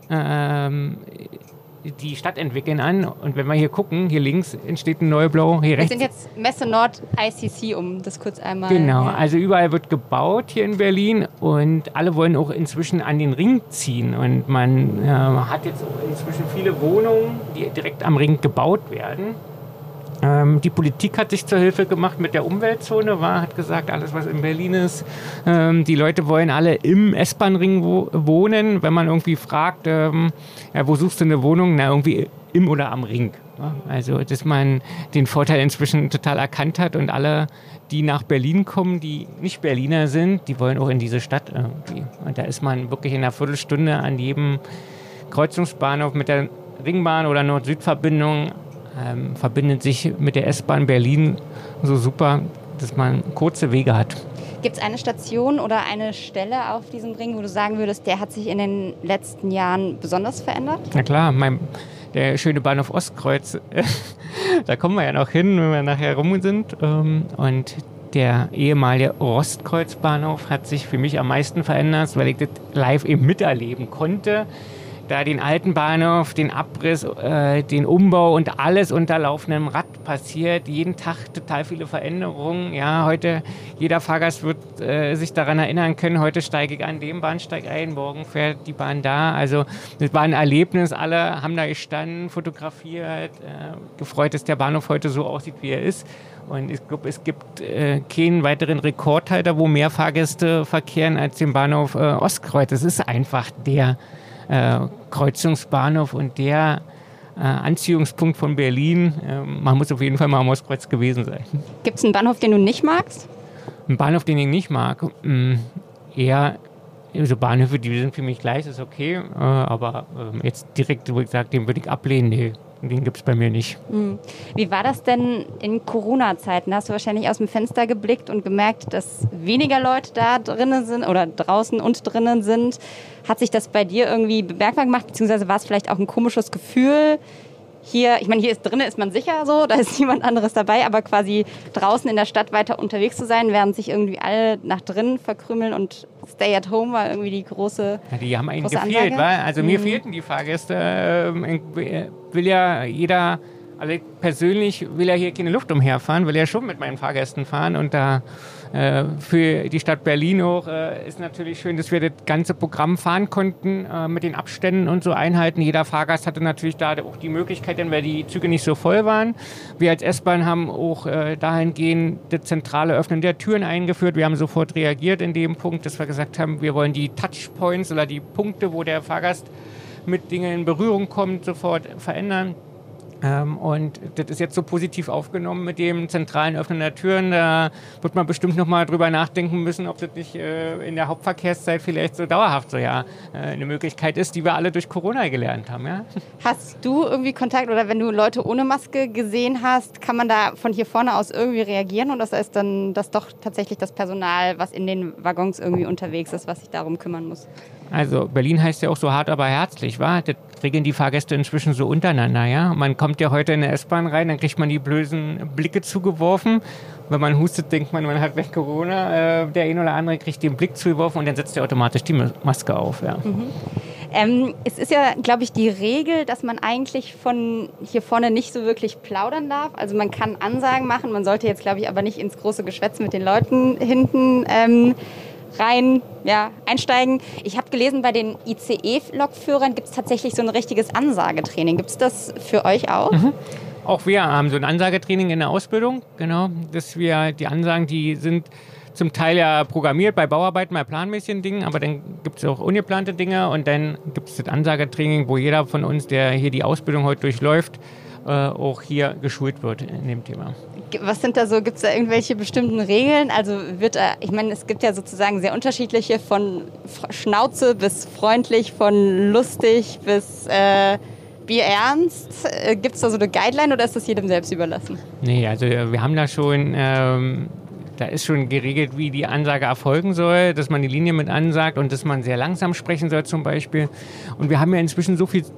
die Stadt entwickeln an. Und wenn wir hier gucken, hier links entsteht ein Neublau, hier rechts. Wir sind jetzt Messe Nord ICC, um das kurz einmal... Genau, also überall wird gebaut hier in Berlin und alle wollen auch inzwischen an den Ring ziehen. Und man hat jetzt auch inzwischen viele Wohnungen, die direkt am Ring gebaut werden. Die Politik hat sich zur Hilfe gemacht mit der Umweltzone, hat gesagt, alles was in Berlin ist, die Leute wollen alle im S-Bahn-Ring wohnen. Wenn man irgendwie fragt, wo suchst du eine Wohnung? Na, irgendwie im oder am Ring. Ja? Also, dass man den Vorteil inzwischen total erkannt hat und alle, die nach Berlin kommen, die nicht Berliner sind, die wollen auch in diese Stadt irgendwie. Und da ist man wirklich in einer Viertelstunde an jedem Kreuzungsbahnhof mit der Ringbahn oder Nord-Süd-Verbindung verbindet sich mit der S-Bahn Berlin so super, dass man kurze Wege hat. Gibt es eine Station oder eine Stelle auf diesem Ring, wo du sagen würdest, der hat sich in den letzten Jahren besonders verändert? Na klar, der schöne Bahnhof Ostkreuz, da kommen wir ja noch hin, wenn wir nachher rum sind. Und der ehemalige Ostkreuzbahnhof hat sich für mich am meisten verändert, weil ich das live eben miterleben konnte. da den alten Bahnhof, den Abriss, den Umbau und alles unter laufendem Rad passiert. Jeden Tag total viele Veränderungen. Ja, heute, jeder Fahrgast wird sich daran erinnern können, heute steige ich an dem Bahnsteig ein, morgen fährt die Bahn da. Also das war ein Erlebnis, alle haben da gestanden, fotografiert, gefreut, dass der Bahnhof heute so aussieht, wie er ist. Und ich glaube, es gibt keinen weiteren Rekordhalter, wo mehr Fahrgäste verkehren als den Bahnhof Ostkreuz. Das ist einfach der Kreuzungsbahnhof und der Anziehungspunkt von Berlin. Man muss auf jeden Fall mal am Ostkreuz gewesen sein. Gibt es einen Bahnhof, den du nicht magst? Ein Bahnhof, den ich nicht mag? Eher so Bahnhöfe, die sind für mich gleich, ist okay. Aber jetzt direkt, wo ich sage, den würde ich ablehnen, nee. Den gibt es bei mir nicht. Wie war das denn in Corona-Zeiten? Da hast du wahrscheinlich aus dem Fenster geblickt und gemerkt, dass weniger Leute da drinnen sind oder draußen und drinnen sind. Hat sich das bei dir irgendwie bemerkbar gemacht? Beziehungsweise war es vielleicht auch ein komisches Gefühl? Hier, ich meine, hier ist drinnen ist man sicher so, da ist niemand anderes dabei, aber quasi draußen in der Stadt weiter unterwegs zu sein, während sich irgendwie alle nach drinnen verkrümeln und Stay at Home war irgendwie die große ja, die haben einen gefehlt, Ansage. Also mir fehlten die Fahrgäste. Will ja jeder, also persönlich will ja hier keine Luft umherfahren, will ja schon mit meinen Fahrgästen fahren und da für die Stadt Berlin auch ist natürlich schön, dass wir das ganze Programm fahren konnten mit den Abständen und so einhalten. Jeder Fahrgast hatte natürlich da auch die Möglichkeit, denn weil die Züge nicht so voll waren. Wir als S-Bahn haben auch dahingehend das zentrale Öffnen der Türen eingeführt. Wir haben sofort reagiert in dem Punkt, dass wir gesagt haben, wir wollen die Touchpoints oder die Punkte, wo der Fahrgast mit Dingen in Berührung kommt, sofort verändern. Und das ist jetzt so positiv aufgenommen mit dem zentralen Öffnen der Türen. Da wird man bestimmt noch mal drüber nachdenken müssen, ob das nicht in der Hauptverkehrszeit vielleicht so dauerhaft so eine Möglichkeit ist, die wir alle durch Corona gelernt haben. Ja? Hast du irgendwie Kontakt oder wenn du Leute ohne Maske gesehen hast, kann man da von hier vorne aus irgendwie reagieren oder ist dann das doch tatsächlich das Personal, was in den Waggons irgendwie unterwegs ist, was sich darum kümmern muss? Also Berlin heißt ja auch so hart, aber herzlich, wa? Das regeln die Fahrgäste inzwischen so untereinander, ja. Man kommt ja heute in eine S-Bahn rein, dann kriegt man die blöden Blicke zugeworfen. Wenn man hustet, denkt man hat weg Corona. Der ein oder andere kriegt den Blick zugeworfen und dann setzt er automatisch die Maske auf, ja. Es ist ja, glaube ich, die Regel, dass man eigentlich von hier vorne nicht so wirklich plaudern darf. Also man kann Ansagen machen, man sollte jetzt, glaube ich, aber nicht ins große Geschwätz mit den Leuten hinten einsteigen. Ich habe gelesen, bei den ICE-Lokführern gibt es tatsächlich so ein richtiges Ansagetraining. Gibt es das für euch auch? Auch wir haben so ein Ansagetraining in der Ausbildung, genau, dass wir die Ansagen, die sind zum Teil ja programmiert bei Bauarbeiten, bei planmäßigen Dingen, aber dann gibt es auch ungeplante Dinge und dann gibt es das Ansagetraining, wo jeder von uns, der hier die Ausbildung heute durchläuft, auch hier geschult wird in dem Thema. Was sind da so, gibt es da irgendwelche bestimmten Regeln? Also ich meine, es gibt ja sozusagen sehr unterschiedliche, von Schnauze bis freundlich, von lustig bis bierernst. Gibt es da so eine Guideline oder ist das jedem selbst überlassen? Nee, also wir haben da schon, da ist schon geregelt, wie die Ansage erfolgen soll, dass man die Linie mit ansagt und dass man sehr langsam sprechen soll zum Beispiel. Und wir haben ja inzwischen so viel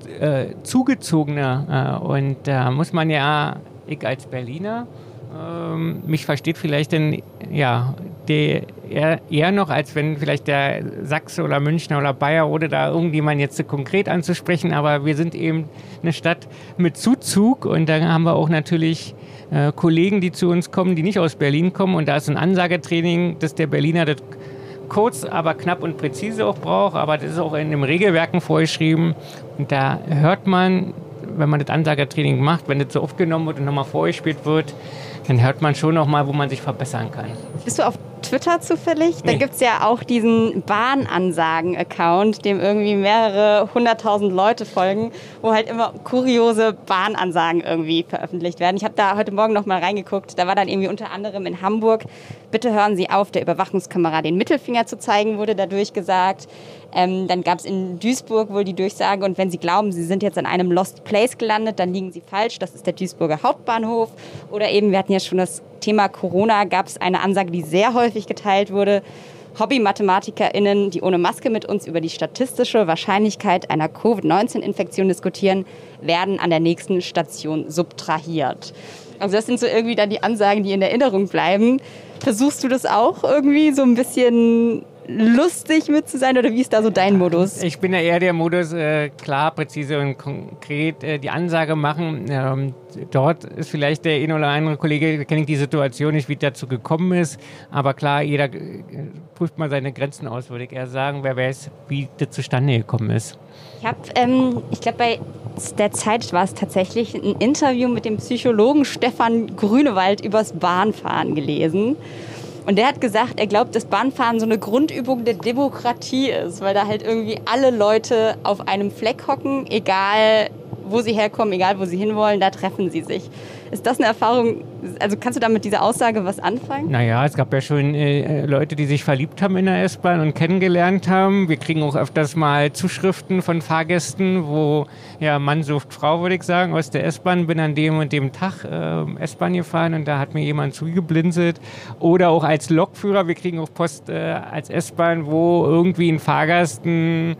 Zugezogene und da muss man ja, ich als Berliner, mich versteht vielleicht denn, ja, eher noch, als wenn vielleicht der Sachse oder Münchner oder Bayer oder da irgendjemand jetzt so konkret anzusprechen, aber wir sind eben eine Stadt mit Zuzug und da haben wir auch natürlich Kollegen, die zu uns kommen, die nicht aus Berlin kommen und da ist ein Ansagetraining, dass der Berliner das kurz, aber knapp und präzise auch braucht, aber das ist auch in den Regelwerken vorgeschrieben und da hört man, wenn man das Ansagetraining macht, wenn das so aufgenommen wird und nochmal vorgespielt wird, dann hört man schon noch mal, wo man sich verbessern kann. Bist du auf Twitter zufällig? Da gibt es ja auch diesen Bahnansagen-Account, dem irgendwie mehrere 100.000 Leute folgen, wo halt immer kuriose Bahnansagen irgendwie veröffentlicht werden. Ich habe da heute Morgen noch mal reingeguckt. Da war dann irgendwie unter anderem in Hamburg, bitte hören Sie auf, der Überwachungskamera den Mittelfinger zu zeigen, wurde dadurch gesagt. Dann gab es in Duisburg wohl die Durchsage, und wenn Sie glauben, Sie sind jetzt an einem Lost Place gelandet, dann liegen Sie falsch, das ist der Duisburger Hauptbahnhof. Oder eben, wir hatten ja schon das Thema Corona, gab es eine Ansage, die sehr häufig geteilt wurde. Hobby-MathematikerInnen, die ohne Maske mit uns über die statistische Wahrscheinlichkeit einer Covid-19-Infektion diskutieren, werden an der nächsten Station subtrahiert. Also das sind so irgendwie dann die Ansagen, die in Erinnerung bleiben. Versuchst du das auch irgendwie so ein bisschen lustig mit zu sein oder wie ist da so dein Modus? Ich bin ja eher der Modus, klar, präzise und konkret die Ansage machen. Dort ist vielleicht der eine oder andere Kollege, kenne ich die Situation nicht, wie dazu gekommen ist. Aber klar, jeder prüft mal seine Grenzen aus, würde ich eher sagen. Wer weiß, wie das zustande gekommen ist. Ich glaube, bei der Zeit war es tatsächlich ein Interview mit dem Psychologen Stefan Grünewald übers Bahnfahren gelesen. Und der hat gesagt, er glaubt, dass Bahnfahren so eine Grundübung der Demokratie ist, weil da halt irgendwie alle Leute auf einem Fleck hocken, egal wo sie herkommen, egal wo sie hinwollen, da treffen sie sich. Ist das eine Erfahrung, also kannst du da mit dieser Aussage was anfangen? Naja, es gab ja schon Leute, die sich verliebt haben in der S-Bahn und kennengelernt haben. Wir kriegen auch öfters mal Zuschriften von Fahrgästen, wo ja Mann sucht Frau, würde ich sagen, aus der S-Bahn. Bin an dem und dem Tag S-Bahn gefahren und da hat mir jemand zugeblinzelt. Oder auch als Lokführer, wir kriegen auch Post als S-Bahn, wo irgendwie ein Fahrgast einen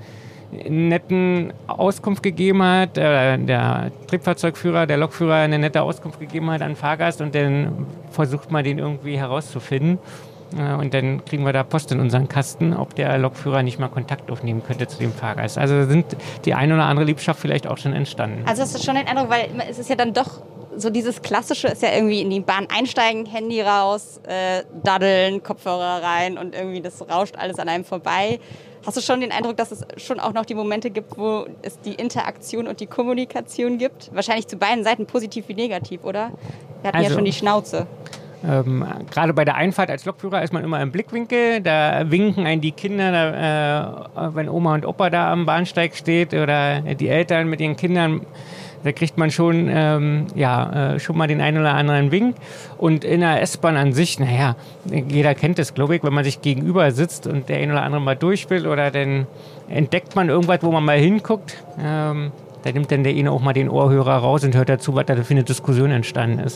netten Auskunft gegeben hat, der Triebfahrzeugführer, der Lokführer eine nette Auskunft gegeben hat an den Fahrgast und dann versucht man den irgendwie herauszufinden und dann kriegen wir da Post in unseren Kasten, ob der Lokführer nicht mal Kontakt aufnehmen könnte zu dem Fahrgast. Also sind die eine oder andere Liebschaft vielleicht auch schon entstanden. Also hast du schon den Eindruck, weil es ist ja dann doch so dieses Klassische ist ja irgendwie in die Bahn einsteigen, Handy raus, daddeln, Kopfhörer rein und irgendwie das rauscht alles an einem vorbei. Hast du schon den Eindruck, dass es schon auch noch die Momente gibt, wo es die Interaktion und die Kommunikation gibt? Wahrscheinlich zu beiden Seiten positiv wie negativ, oder? Wir hatten ja schon die Schnauze. Gerade bei der Einfahrt als Lokführer ist man immer im Blickwinkel. Da winken einen die Kinder, wenn Oma und Opa da am Bahnsteig steht oder die Eltern mit ihren Kindern. Da kriegt man schon, schon mal den einen oder anderen Wink. Und in der S-Bahn an sich, naja, jeder kennt das, glaube ich, wenn man sich gegenüber sitzt und der eine oder andere mal durch will oder dann entdeckt man irgendwas, wo man mal hinguckt. Da nimmt dann der eine auch mal den Ohrhörer raus und hört dazu, was da für eine Diskussion entstanden ist.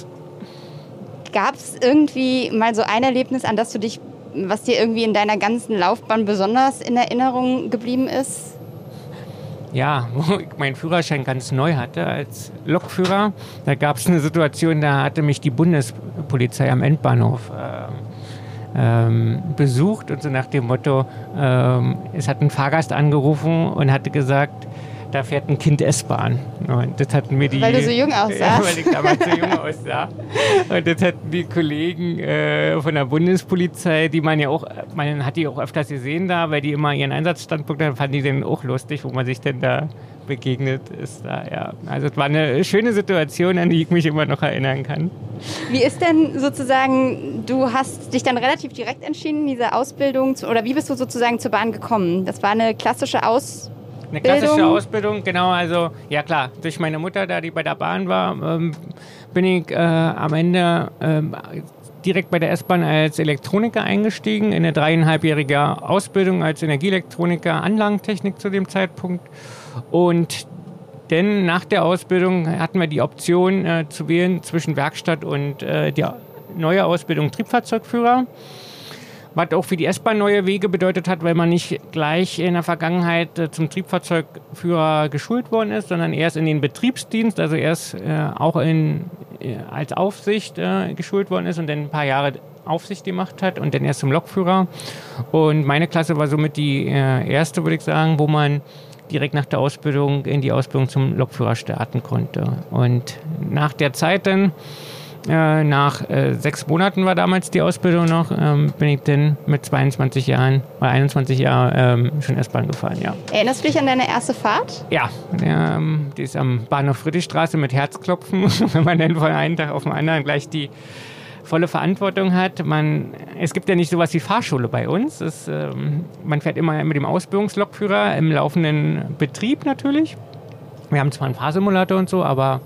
Gab es irgendwie mal so ein Erlebnis, an das du dich, was dir irgendwie in deiner ganzen Laufbahn besonders in Erinnerung geblieben ist? Ja, wo ich meinen Führerschein ganz neu hatte als Lokführer, da gab es eine Situation, da hatte mich die Bundespolizei am Endbahnhof besucht und so nach dem Motto, es hat ein Fahrgast angerufen und hatte gesagt, da fährt ein Kind S-Bahn. Und das hatten mir die, weil du so jung aussahst. Ja, weil ich damals so jung aussah. Und das hatten die Kollegen von der Bundespolizei, man hat die auch öfters gesehen da, weil die immer ihren Einsatzstandpunkt hatten, fanden die dann auch lustig, wo man sich denn da begegnet ist. Da, ja. Also es war eine schöne Situation, an die ich mich immer noch erinnern kann. Wie ist denn sozusagen, du hast dich dann relativ direkt entschieden, diese Ausbildung, oder wie bist du sozusagen zur Bahn gekommen? Das war eine klassische Ausbildung? Eine klassische Ausbildung, genau, also ja klar, durch meine Mutter, da die bei der Bahn war, bin ich am Ende direkt bei der S-Bahn als Elektroniker eingestiegen, in eine 3,5-jährige Ausbildung als Energieelektroniker, Anlagentechnik zu dem Zeitpunkt und dann nach der Ausbildung hatten wir die Option zu wählen zwischen Werkstatt und die neue Ausbildung Triebfahrzeugführer. Was auch für die S-Bahn neue Wege bedeutet hat, weil man nicht gleich in der Vergangenheit zum Triebfahrzeugführer geschult worden ist, sondern erst in den Betriebsdienst, also erst auch als Aufsicht geschult worden ist und dann ein paar Jahre Aufsicht gemacht hat und dann erst zum Lokführer. Und meine Klasse war somit die erste, würde ich sagen, wo man direkt nach der Ausbildung in die Ausbildung zum Lokführer starten konnte. Und nach der Zeit dann, nach 6 Monaten war damals die Ausbildung noch, bin ich dann mit 22 Jahren oder 21 Jahren schon S-Bahn gefahren, ja. Erinnerst du dich an deine erste Fahrt? Ja, die ist am Bahnhof Friedrichstraße mit Herzklopfen, wenn man dann von einem Tag auf den anderen gleich die volle Verantwortung hat. Es gibt ja nicht sowas wie Fahrschule bei uns. Man fährt immer mit dem Ausbildungslokführer im laufenden Betrieb natürlich. Wir haben zwar einen Fahrsimulator und so, aber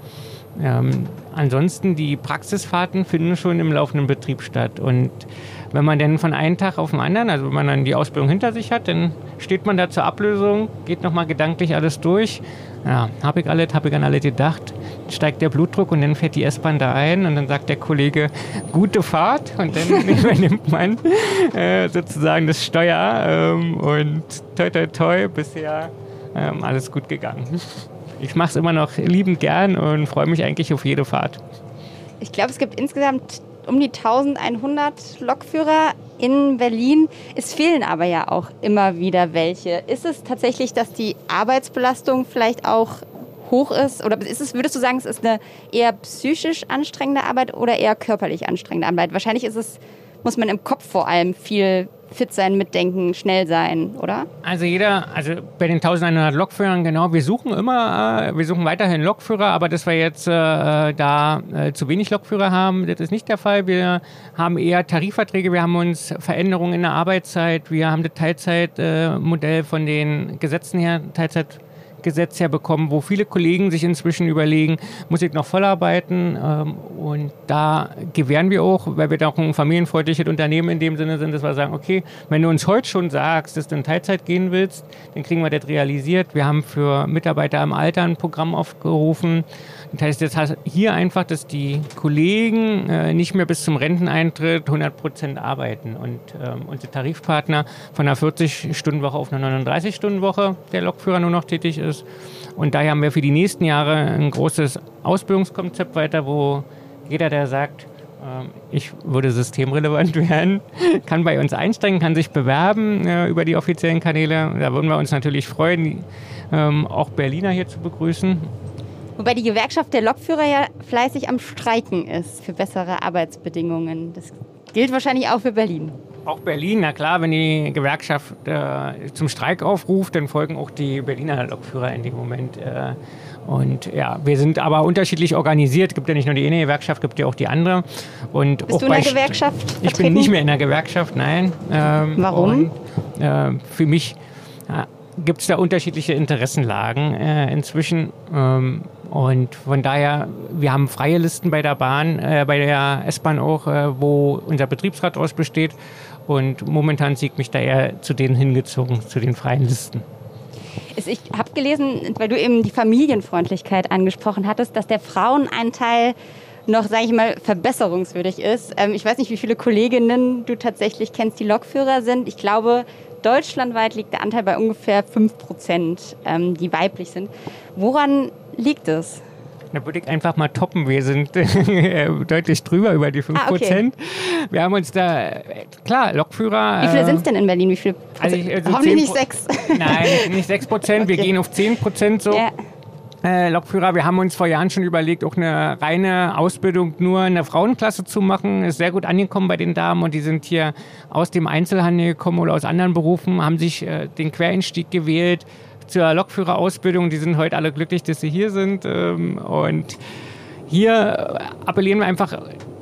ansonsten die Praxisfahrten finden schon im laufenden Betrieb statt. Und wenn man dann von einem Tag auf den anderen, also wenn man dann die Ausbildung hinter sich hat, dann steht man da zur Ablösung, geht nochmal gedanklich alles durch. Ja, habe ich an alles gedacht, steigt der Blutdruck und dann fährt die S-Bahn da ein und dann sagt der Kollege, gute Fahrt und dann übernimmt man sozusagen das Steuer und toi toi toi, bisher alles gut gegangen. Ich mache es immer noch liebend gern und freue mich eigentlich auf jede Fahrt. Ich glaube, es gibt insgesamt um die 1100 Lokführer in Berlin. Es fehlen aber ja auch immer wieder welche. Ist es tatsächlich, dass die Arbeitsbelastung vielleicht auch hoch ist? Oder würdest du sagen, es ist eine eher psychisch anstrengende Arbeit oder eher körperlich anstrengende Arbeit? Wahrscheinlich muss man im Kopf vor allem viel fit sein, mitdenken, schnell sein, oder? Also bei den 1100 Lokführern, genau, wir suchen weiterhin Lokführer, aber dass wir jetzt zu wenig Lokführer haben, das ist nicht der Fall. Wir haben eher Tarifverträge, wir haben uns Veränderungen in der Arbeitszeit, wir haben das Teilzeitmodell von den Gesetzen her, Teilzeitgesetz herbekommen, wo viele Kollegen sich inzwischen überlegen, muss ich noch voll arbeiten? Und da gewähren wir auch, weil wir da auch ein familienfreundliches Unternehmen in dem Sinne sind, dass wir sagen, okay, wenn du uns heute schon sagst, dass du in Teilzeit gehen willst, dann kriegen wir das realisiert. Wir haben für Mitarbeiter im Alter ein Programm aufgerufen. Das heißt, jetzt hast hier einfach, dass die Kollegen nicht mehr bis zum Renteneintritt 100% arbeiten und unsere Tarifpartner von einer 40-Stunden-Woche auf eine 39-Stunden-Woche der Lokführer nur noch tätig ist. Und daher haben wir für die nächsten Jahre ein großes Ausbildungskonzept weiter, wo jeder, der sagt, ich würde systemrelevant werden, kann bei uns einsteigen, kann sich bewerben über die offiziellen Kanäle. Da würden wir uns natürlich freuen, auch Berliner hier zu begrüßen. Wobei die Gewerkschaft der Lokführer ja fleißig am Streiken ist für bessere Arbeitsbedingungen. Das gilt wahrscheinlich auch für Berlin. Auch Berlin, na klar, wenn die Gewerkschaft zum Streik aufruft, dann folgen auch die Berliner Lokführer in dem Moment. Und ja, wir sind aber unterschiedlich organisiert. Es gibt ja nicht nur die eine Gewerkschaft, es gibt ja auch die andere. Und Bist auch du in der Gewerkschaft vertreten? Ich bin nicht mehr in der Gewerkschaft, nein. Warum? Und, für mich gibt es da unterschiedliche Interessenlagen inzwischen. Und von daher, wir haben freie Listen bei der Bahn, bei der S-Bahn auch, wo unser Betriebsrat aus besteht. Und momentan sehe ich mich da eher zu denen hingezogen, zu den freien Listen. Ich habe gelesen, weil du eben die Familienfreundlichkeit angesprochen hattest, dass der Frauenanteil noch, sage ich mal, verbesserungswürdig ist. Ich weiß nicht, wie viele Kolleginnen du tatsächlich kennst, die Lokführer sind. Ich glaube, deutschlandweit liegt der Anteil bei ungefähr 5%, die weiblich sind. Woran liegt es? Da würde ich einfach mal toppen. Wir sind deutlich drüber über die 5%. Okay. Wir haben uns da, klar, Lokführer... Wie viele sind es denn in Berlin? Wie viele Prozent? Hoffentlich nicht 6. Nein, nicht 6%. Okay. Wir gehen auf 10% so. Ja. Lokführer, wir haben uns vor Jahren schon überlegt, auch eine reine Ausbildung nur in der Frauenklasse zu machen. Ist sehr gut angekommen bei den Damen und die sind hier aus dem Einzelhandel gekommen oder aus anderen Berufen, haben sich den Quereinstieg gewählt zur Lokführerausbildung. Die sind heute alle glücklich, dass sie hier sind. Und hier appellieren wir einfach,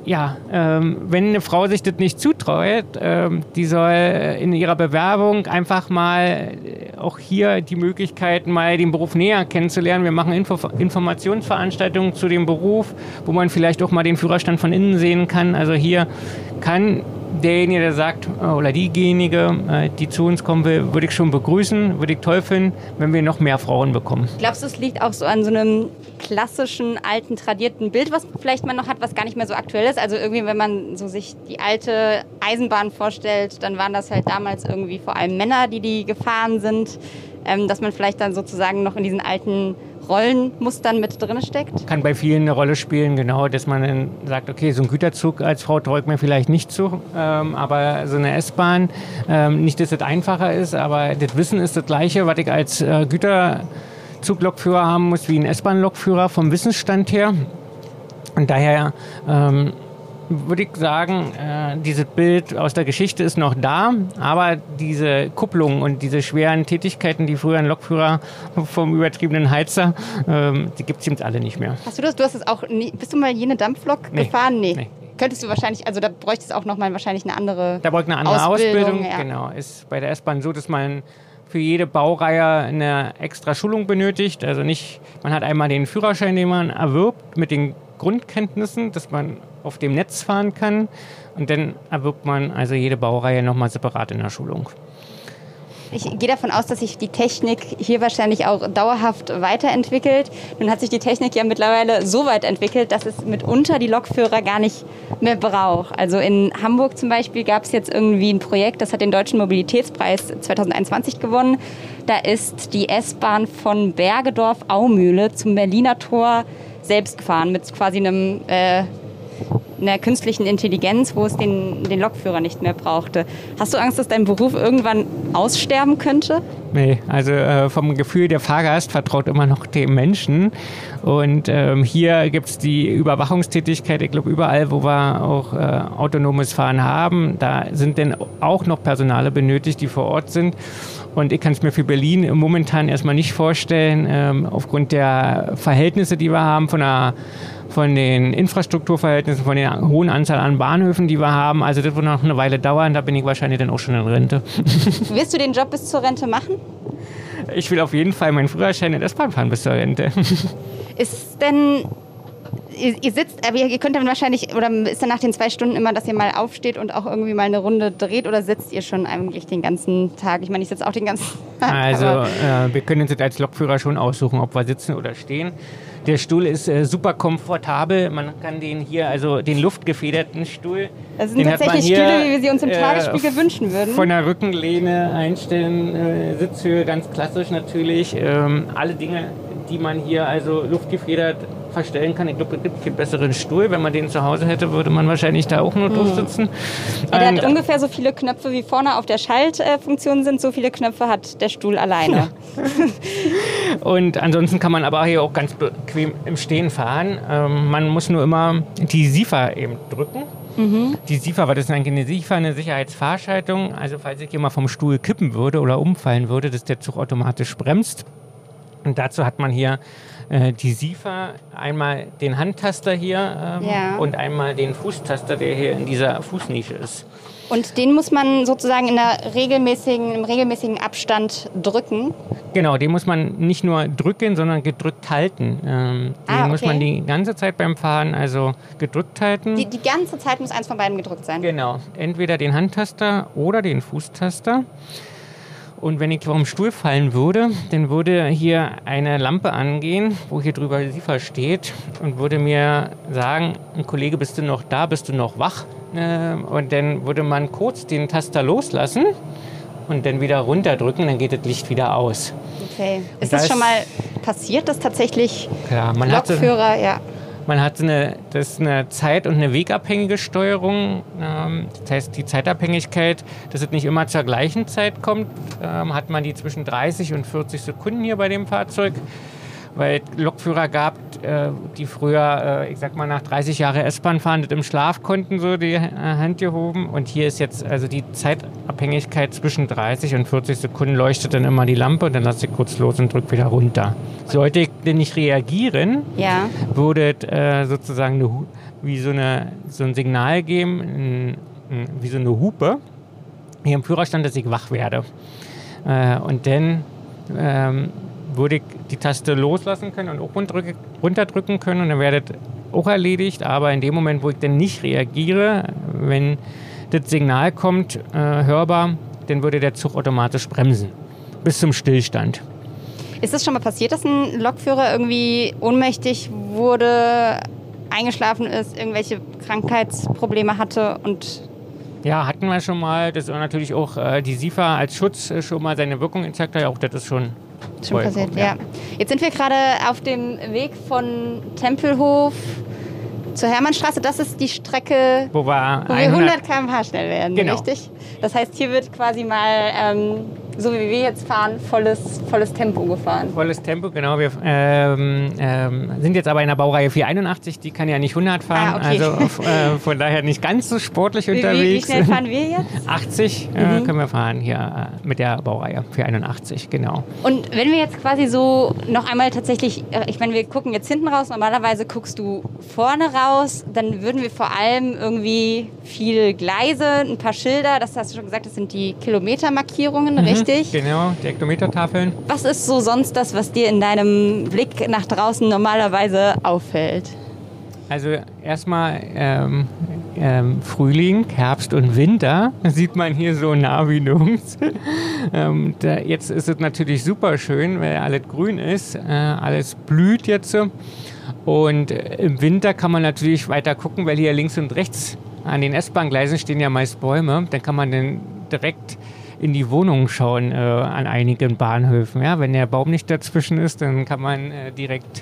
wenn eine Frau sich das nicht zutraut, die soll in ihrer Bewerbung einfach mal auch hier die Möglichkeit, mal den Beruf näher kennenzulernen. Wir machen Informationsveranstaltungen zu dem Beruf, wo man vielleicht auch mal den Führerstand von innen sehen kann. Also hier kann derjenige, der sagt, oder diejenige, die zu uns kommen will, würde ich schon begrüßen, würde ich toll finden, wenn wir noch mehr Frauen bekommen. Glaubst du, es liegt auch so an so einem klassischen, alten, tradierten Bild, was vielleicht man noch hat, was gar nicht mehr so aktuell ist? Also irgendwie, wenn man so sich die alte Eisenbahn vorstellt, dann waren das halt damals irgendwie vor allem Männer, die gefahren sind, dass man vielleicht dann sozusagen noch in diesen alten Rollenmustern mit drin steckt? Kann bei vielen eine Rolle spielen, genau, dass man dann sagt, okay, so ein Güterzug als Frau traut mir vielleicht nicht zu, aber so eine S-Bahn, nicht, dass das einfacher ist, aber das Wissen ist das Gleiche, was ich als Güterzuglokführer haben muss, wie ein S-Bahn-Lokführer vom Wissensstand her. Und daher würde ich sagen, dieses Bild aus der Geschichte ist noch da, aber diese Kupplung und diese schweren Tätigkeiten, die früher ein Lokführer vom übertriebenen Heizer, die gibt es eben alle nicht mehr. Hast du das? Du hast es auch nie, bist du mal jene Dampflok gefahren? Nee. Könntest du wahrscheinlich, also da bräuchtest du auch nochmal wahrscheinlich eine andere Da bräuchte eine andere Ausbildung. Ja. Genau, ist bei der S-Bahn so, dass man für jede Baureihe eine extra Schulung benötigt. Also nicht, man hat einmal den Führerschein, den man erwirbt mit den Grundkenntnissen, dass man auf dem Netz fahren kann und dann erwirbt man also jede Baureihe nochmal separat in der Schulung. Ich gehe davon aus, dass sich die Technik hier wahrscheinlich auch dauerhaft weiterentwickelt. Nun hat sich die Technik ja mittlerweile so weit entwickelt, dass es mitunter die Lokführer gar nicht mehr braucht. Also in Hamburg zum Beispiel gab es jetzt irgendwie ein Projekt, das hat den Deutschen Mobilitätspreis 2021 gewonnen. Da ist die S-Bahn von Bergedorf-Aumühle zum Berliner Tor selbst gefahren mit quasi einem künstlichen Intelligenz, wo es den Lokführer nicht mehr brauchte. Hast du Angst, dass dein Beruf irgendwann aussterben könnte? Nee, also vom Gefühl, der Fahrgast vertraut immer noch dem Menschen. Und hier gibt es die Überwachungstätigkeit, ich glaube überall, wo wir auch autonomes Fahren haben, da sind dann auch noch Personale benötigt, die vor Ort sind. Und ich kann es mir für Berlin momentan erstmal nicht vorstellen, aufgrund der Verhältnisse, die wir haben, von den Infrastrukturverhältnissen, von der hohen Anzahl an Bahnhöfen, die wir haben. Also das wird noch eine Weile dauern, da bin ich wahrscheinlich dann auch schon in Rente. Wirst du den Job bis zur Rente machen? Ich will auf jeden Fall meinen Führerschein in der S-Bahn fahren bis zur Rente. Ist denn... Ihr sitzt, aber ihr könnt dann wahrscheinlich, oder ist dann nach den 2 Stunden immer, dass ihr mal aufsteht und auch irgendwie mal eine Runde dreht, oder sitzt ihr schon eigentlich den ganzen Tag? Ich meine, ich sitze auch den ganzen Tag. Also wir können uns als Lokführer schon aussuchen, ob wir sitzen oder stehen. Der Stuhl ist super komfortabel. Man kann den hier, also den luftgefederten Stuhl. Das sind tatsächlich Stühle, wie wir sie uns im Tagesspiegel wünschen würden. Von der Rückenlehne einstellen, Sitzhöhe ganz klassisch natürlich. Alle Dinge, die man hier also luftgefedert verstellen kann. Ich glaube, es gibt keinen besseren Stuhl. Wenn man den zu Hause hätte, würde man wahrscheinlich da auch nur drauf sitzen. Ja, der hat ungefähr so viele Knöpfe, wie vorne auf der Schaltfunktion sind. So viele Knöpfe hat der Stuhl alleine. Ja. Und ansonsten kann man aber hier auch ganz bequem im Stehen fahren. Man muss nur immer die SIFA eben drücken. Die SIFA, was ist eigentlich eine SIFA? Eine Sicherheitsfahrschaltung. Also falls ich hier mal vom Stuhl kippen würde oder umfallen würde, dass der Zug automatisch bremst. Und dazu hat man hier die SIFA, einmal den Handtaster hier und einmal den Fußtaster, der hier in dieser Fußnische ist. Und den muss man sozusagen im regelmäßigen Abstand drücken? Genau, den muss man nicht nur drücken, sondern gedrückt halten. Den muss man die ganze Zeit beim Fahren also gedrückt halten. Die ganze Zeit muss eins von beiden gedrückt sein? Genau, entweder den Handtaster oder den Fußtaster. Und wenn ich vom Stuhl fallen würde, dann würde hier eine Lampe angehen, wo hier drüber SIFA steht und würde mir sagen, ein Kollege, bist du noch da, bist du noch wach? Und dann würde man kurz den Taster loslassen und dann wieder runterdrücken, dann geht das Licht wieder aus. Okay. Ist das schon mal passiert, dass tatsächlich Lokführer... Man hat das ist eine zeit- und eine wegabhängige Steuerung. Das heißt, die Zeitabhängigkeit, dass es nicht immer zur gleichen Zeit kommt, hat man die zwischen 30 und 40 Sekunden hier bei dem Fahrzeug. Weil es Lokführer gab, die früher, ich sag mal, nach 30 Jahren S-Bahn fahren, das im Schlaf konnten, so die Hand gehoben. Und hier ist jetzt also die Zeitabhängigkeit zwischen 30 und 40 Sekunden, leuchtet dann immer die Lampe und dann lasse ich kurz los und drücke wieder runter. Sollte ich denn nicht reagieren, würde es sozusagen wie so ein Signal geben, wie so eine Hupe, hier im Führerstand, dass ich wach werde. Und dann würde ich die Taste loslassen können und auch runterdrücken können und dann wäre das auch erledigt. Aber in dem Moment, wo ich dann nicht reagiere, wenn das Signal kommt, hörbar, dann würde der Zug automatisch bremsen. Bis zum Stillstand. Ist es schon mal passiert, dass ein Lokführer irgendwie ohnmächtig wurde, eingeschlafen ist, irgendwelche Krankheitsprobleme hatte und... Ja, hatten wir schon mal. Das war natürlich auch die SIFA als Schutz schon mal seine Wirkung gezeigt hat. Auch das ist schon passiert, ja. Jetzt sind wir gerade auf dem Weg von Tempelhof zur Hermannstraße. Das ist die Strecke, wo wir 100 km/h schnell werden, richtig? Das heißt, hier wird quasi mal, so wie wir jetzt fahren, volles Tempo gefahren. Volles Tempo, genau. Wir sind jetzt aber in der Baureihe 481, die kann ja nicht 100 fahren, also von daher nicht ganz so sportlich unterwegs. Wie schnell fahren wir jetzt? 80 können wir fahren hier mit der Baureihe 481, genau. Und wenn wir jetzt quasi so noch einmal tatsächlich, ich meine, wir gucken jetzt hinten raus, normalerweise guckst du vorne raus, dann würden wir vor allem irgendwie viele Gleise, ein paar Schilder, das hast du schon gesagt, das sind die Kilometermarkierungen, richtig? Genau, die Kilometertafeln. Was ist so sonst das, was dir in deinem Blick nach draußen normalerweise auffällt? Also erstmal Frühling, Herbst und Winter sieht man hier so nah wie nirgends. Jetzt ist es natürlich super schön, weil alles grün ist, alles blüht jetzt. Und im Winter kann man natürlich weiter gucken, weil hier links und rechts an den S-Bahn-Gleisen stehen ja meist Bäume. Dann kann man dann direkt in die Wohnung schauen an einigen Bahnhöfen. Ja? Wenn der Baum nicht dazwischen ist, dann kann man direkt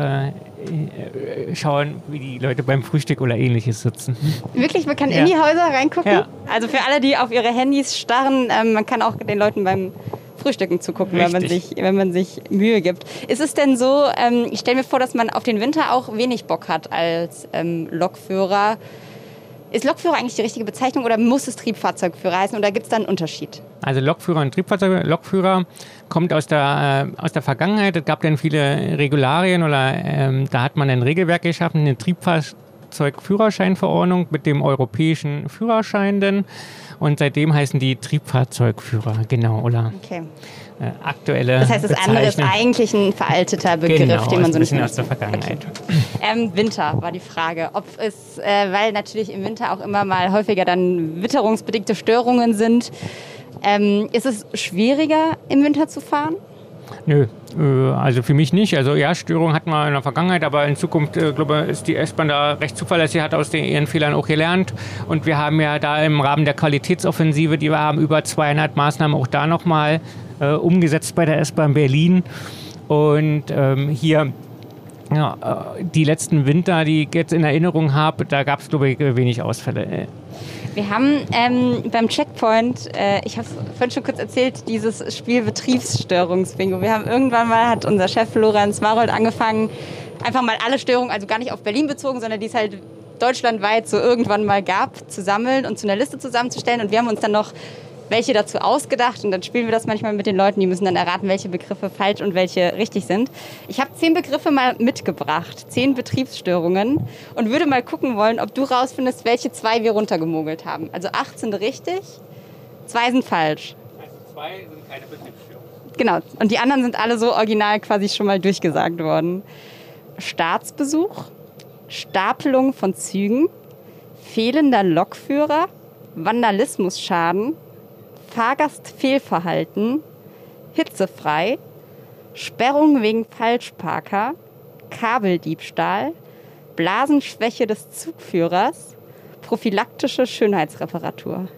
schauen, wie die Leute beim Frühstück oder Ähnliches sitzen. Wirklich, man kann in die Häuser reingucken? Ja. Also für alle, die auf ihre Handys starren, man kann auch den Leuten beim Frühstücken zugucken, wenn man sich Mühe gibt. Ist es denn so, ich stelle mir vor, dass man auf den Winter auch wenig Bock hat als Lokführer. Ist Lokführer eigentlich die richtige Bezeichnung oder muss es Triebfahrzeugführer heißen oder gibt es da einen Unterschied? Also Lokführer und Triebfahrzeug-Lokführer kommt aus der Vergangenheit. Es gab dann viele Regularien oder da hat man ein Regelwerk geschaffen, eine Triebfahrzeugführerscheinverordnung mit dem europäischen Führerschein denn. Und seitdem heißen die Triebfahrzeugführer, genau, oder? Okay. Aktuelle Das heißt, das andere ist eigentlich ein veralteter Begriff, den man so nicht mehr aus der Vergangenheit. Okay. Winter war die Frage, ob es, weil natürlich im Winter auch immer mal häufiger dann witterungsbedingte Störungen sind, ist es schwieriger im Winter zu fahren? Nö, also für mich nicht. Also ja, Störungen hatten wir in der Vergangenheit, aber in Zukunft, glaube ich, ist die S-Bahn da recht zuverlässig, hat aus ihren Fehlern auch gelernt. Und wir haben ja da im Rahmen der Qualitätsoffensive, die wir haben, über 200 Maßnahmen auch da nochmal umgesetzt bei der S-Bahn Berlin. Und hier die letzten Winter, die ich jetzt in Erinnerung habe, da gab es, glaube ich, wenig Ausfälle. Wir haben beim Checkpoint, ich habe es vorhin schon kurz erzählt, dieses Spiel Betriebsstörungsbingo. Wir haben irgendwann mal, hat unser Chef Lorenz Marold angefangen, einfach mal alle Störungen, also gar nicht auf Berlin bezogen, sondern die es halt deutschlandweit so irgendwann mal gab, zu sammeln und zu einer Liste zusammenzustellen. Und wir haben uns dann noch welche dazu ausgedacht und dann spielen wir das manchmal mit den Leuten, die müssen dann erraten, welche Begriffe falsch und welche richtig sind. Ich habe 10 Begriffe mal mitgebracht, 10 Betriebsstörungen und würde mal gucken wollen, ob du rausfindest, welche 2 wir runtergemogelt haben. Also 8 sind richtig, 2 sind falsch. Also 2 sind keine Betriebsstörungen. Genau, und die anderen sind alle so original quasi schon mal durchgesagt worden. Staatsbesuch, Stapelung von Zügen, fehlender Lokführer, Vandalismusschaden, Fahrgastfehlverhalten, hitzefrei, Sperrung wegen Falschparker, Kabeldiebstahl, Blasenschwäche des Zugführers, prophylaktische Schönheitsreparatur.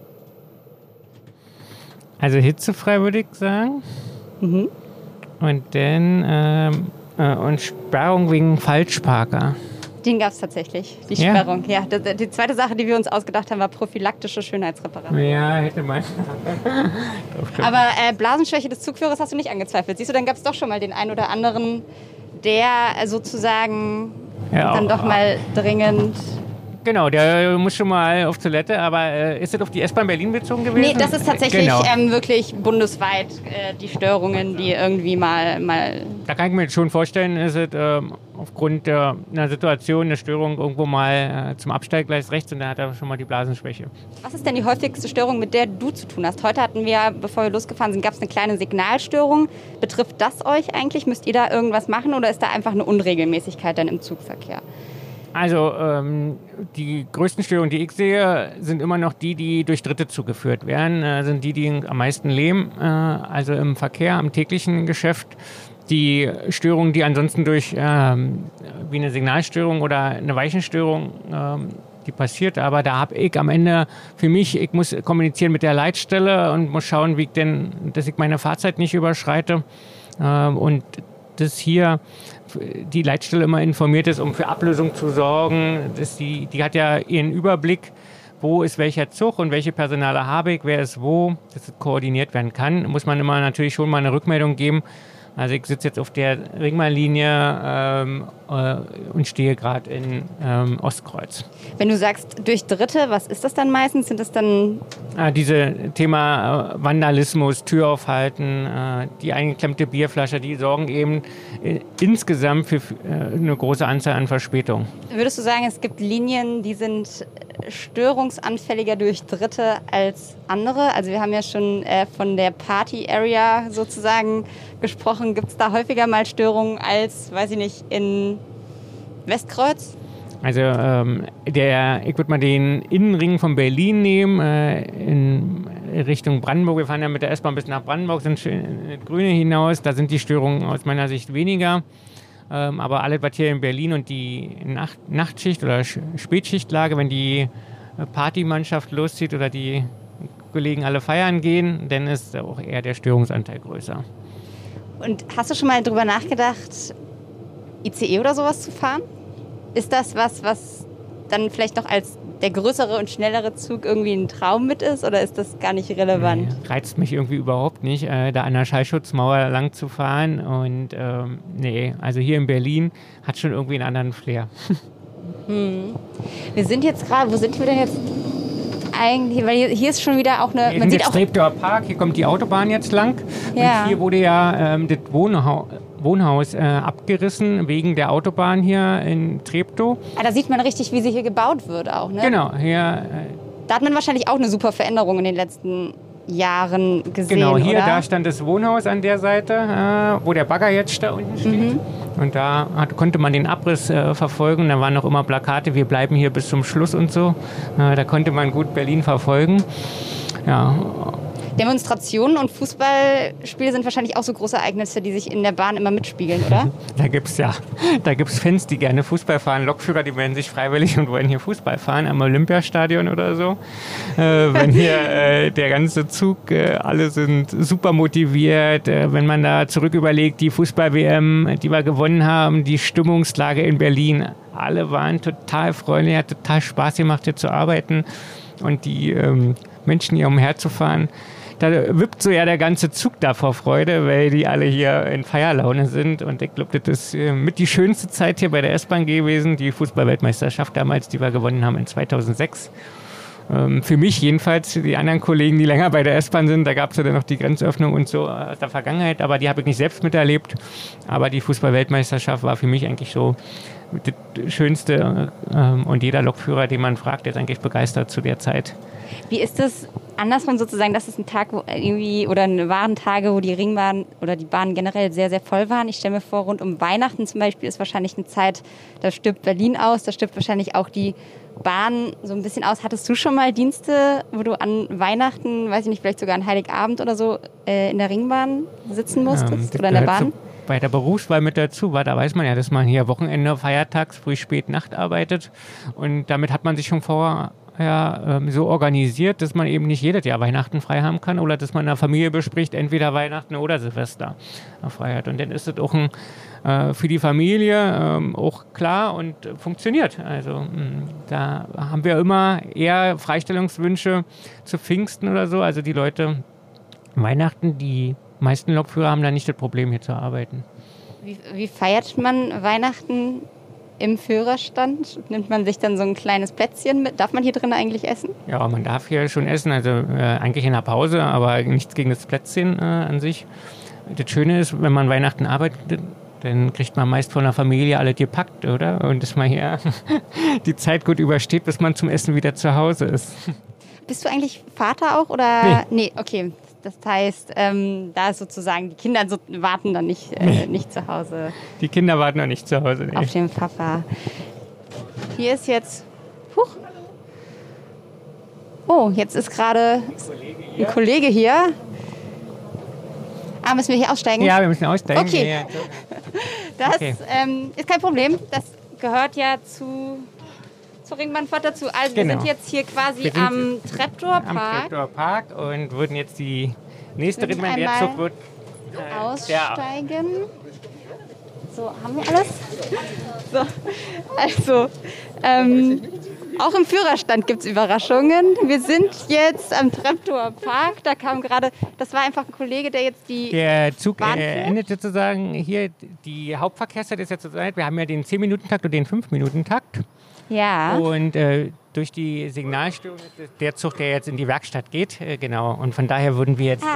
Also hitzefrei würde ich sagen. Mhm. Und dann und Sperrung wegen Falschparker. Den gab es tatsächlich, die Sperrung. Ja, die zweite Sache, die wir uns ausgedacht haben, war prophylaktische Schönheitsreparatur. Ja, hätte man. Aber Blasenschwäche des Zugführers hast du nicht angezweifelt. Siehst du, dann gab es doch schon mal den einen oder anderen, der sozusagen dann doch mal dringend... Genau, der muss schon mal auf Toilette, aber ist das auf die S-Bahn Berlin bezogen gewesen? Nee, das ist tatsächlich wirklich bundesweit die Störungen, die irgendwie mal... Da kann ich mir schon vorstellen, ist es aufgrund einer Situation, eine Störung irgendwo mal zum Abstellgleis rechts und da hat er schon mal die Blasenschwäche. Was ist denn die häufigste Störung, mit der du zu tun hast? Heute hatten wir, bevor wir losgefahren sind, gab es eine kleine Signalstörung. Betrifft das euch eigentlich? Müsst ihr da irgendwas machen oder ist da einfach eine Unregelmäßigkeit dann im Zugverkehr? Also die größten Störungen, die ich sehe, sind immer noch die durch Dritte zugeführt werden, sind die am meisten leben, also im Verkehr, am täglichen Geschäft. Die Störungen, die ansonsten durch wie eine Signalstörung oder eine Weichenstörung, die passiert, aber da habe ich am Ende für mich, ich muss kommunizieren mit der Leitstelle und muss schauen, dass ich meine Fahrzeit nicht überschreite und dass hier die Leitstelle immer informiert ist, um für Ablösung zu sorgen. Die hat ja ihren Überblick, wo ist welcher Zug und welche Personale habe ich, wer ist wo, dass es koordiniert werden kann. Muss man immer natürlich schon mal eine Rückmeldung geben. Also ich sitze jetzt auf der Ringbahnlinie und stehe gerade in Ostkreuz. Wenn du sagst durch Dritte, was ist das dann meistens? Sind das dann... Diese Thema Vandalismus, Tür aufhalten, die eingeklemmte Bierflasche, die sorgen eben insgesamt für eine große Anzahl an Verspätungen. Würdest du sagen, es gibt Linien, die sind störungsanfälliger durch Dritte als andere? Also wir haben ja schon von der Party-Area sozusagen gesprochen. Gibt es da häufiger mal Störungen als, weiß ich nicht, in Westkreuz? Also ich würde mal den Innenring von Berlin nehmen, in Richtung Brandenburg. Wir fahren ja mit der S-Bahn bis nach Brandenburg, sind in Grüne hinaus. Da sind die Störungen aus meiner Sicht weniger. Aber alles, was hier in Berlin und die Nachtschicht oder Spätschichtlage, wenn die Partymannschaft loszieht oder die Kollegen alle feiern gehen, dann ist auch eher der Störungsanteil größer. Und hast du schon mal drüber nachgedacht, ICE oder sowas zu fahren? Ist das was dann vielleicht noch als der größere und schnellere Zug irgendwie ein Traum mit ist oder ist das gar nicht relevant? Nee, reizt mich irgendwie überhaupt nicht, da an der Schallschutzmauer lang zu fahren. Und also hier in Berlin hat schon irgendwie einen anderen Flair. Wir sind jetzt gerade, wo sind wir denn jetzt eigentlich? Weil hier ist schon wieder auch eine... Man sieht auch Treptower Park, hier kommt die Autobahn jetzt lang. Ja. Und hier wurde ja das Wohnhaus abgerissen wegen der Autobahn hier in Treptow. Da sieht man richtig, wie sie hier gebaut wird auch, ne? Genau, hier... Da hat man wahrscheinlich auch eine super Veränderung in den letzten Jahren gesehen, genau, hier, oder? Da stand das Wohnhaus an der Seite, wo der Bagger jetzt da unten steht. Und da konnte man den Abriss verfolgen. Da waren noch immer Plakate, wir bleiben hier bis zum Schluss und so. Da konnte man gut Berlin verfolgen. Ja. Demonstrationen und Fußballspiele sind wahrscheinlich auch so große Ereignisse, die sich in der Bahn immer mitspiegeln, oder? Da gibt's Fans, die gerne Fußball fahren, Lokführer, die melden sich freiwillig und wollen hier Fußball fahren, am Olympiastadion oder so. Wenn hier der ganze Zug, alle sind super motiviert, wenn man da zurück überlegt, die Fußball-WM, die wir gewonnen haben, die Stimmungslage in Berlin, alle waren total freundlich, hat total Spaß gemacht, hier zu arbeiten und die Menschen hier umherzufahren. Da wippt so ja der ganze Zug da vor Freude, weil die alle hier in Feierlaune sind. Und ich glaube, das ist mit die schönste Zeit hier bei der S-Bahn gewesen. Die Fußball-Weltmeisterschaft damals, die wir gewonnen haben in 2006. Für mich jedenfalls, die anderen Kollegen, die länger bei der S-Bahn sind, da gab es ja dann noch die Grenzöffnung und so aus der Vergangenheit. Aber die habe ich nicht selbst miterlebt. Aber die Fußball-Weltmeisterschaft war für mich eigentlich so das Schönste. Und jeder Lokführer, den man fragt, der ist eigentlich begeistert zu der Zeit. Wie ist das andersrum sozusagen? Das ist ein Tag, wo irgendwie, oder waren Tage, wo die Ringbahn oder die Bahnen generell sehr, sehr voll waren. Ich stelle mir vor, rund um Weihnachten zum Beispiel ist wahrscheinlich eine Zeit, da stirbt Berlin aus, da stirbt wahrscheinlich auch die Bahn so ein bisschen aus. Hattest du schon mal Dienste, wo du an Weihnachten, weiß ich nicht, vielleicht sogar an Heiligabend oder so in der Ringbahn sitzen musstest oder in der Bahn? Bei der Berufswahl mit dazu war, da weiß man ja, dass man hier Wochenende, feiertags, früh, spät, Nacht arbeitet. Und damit hat man sich schon vorher so organisiert, dass man eben nicht jedes Jahr Weihnachten frei haben kann oder dass man in der Familie bespricht, entweder Weihnachten oder Silvester frei hat. Und dann ist es auch für die Familie auch klar und funktioniert. Also da haben wir immer eher Freistellungswünsche zu Pfingsten oder so. Also die Leute Weihnachten, die meisten Lokführer haben da nicht das Problem, hier zu arbeiten. Wie feiert man Weihnachten im Führerstand? Nimmt man sich dann so ein kleines Plätzchen mit? Darf man hier drin eigentlich essen? Ja, man darf hier schon essen, also eigentlich in der Pause, aber nichts gegen das Plätzchen an sich. Das Schöne ist, wenn man Weihnachten arbeitet, dann kriegt man meist von der Familie alle gepackt, oder? Und dass man hier die Zeit gut übersteht, bis man zum Essen wieder zu Hause ist. Bist du eigentlich Vater auch? Oder? Nee, okay. Das heißt, da ist sozusagen, die Kinder warten dann nicht zu Hause. Die Kinder warten noch nicht zu Hause. Nee. Auf den Papa. Hier ist jetzt... jetzt ist gerade ein Kollege hier. Müssen wir hier aussteigen? Ja, wir müssen aussteigen. Okay. Ja. Das ist kein Problem. Das gehört ja zur Ringbahnfahrt dazu. Also wir sind jetzt hier quasi am Treptower Park. Am Treptower Park und würden jetzt die nächste Ringbahn, der Zug wird aussteigen. So, haben wir alles? So, also, auch im Führerstand gibt es Überraschungen. Wir sind jetzt am Treptower Park. Da kam gerade, das war einfach ein Kollege, der jetzt Der Zug endet sozusagen hier. Die Hauptverkehrszeit ist jetzt zurzeit, wir haben ja den 10-Minuten-Takt und den 5-Minuten-Takt. Ja. Und durch die Signalstörung ist der Zug, der jetzt in die Werkstatt geht, genau. Und von daher würden wir jetzt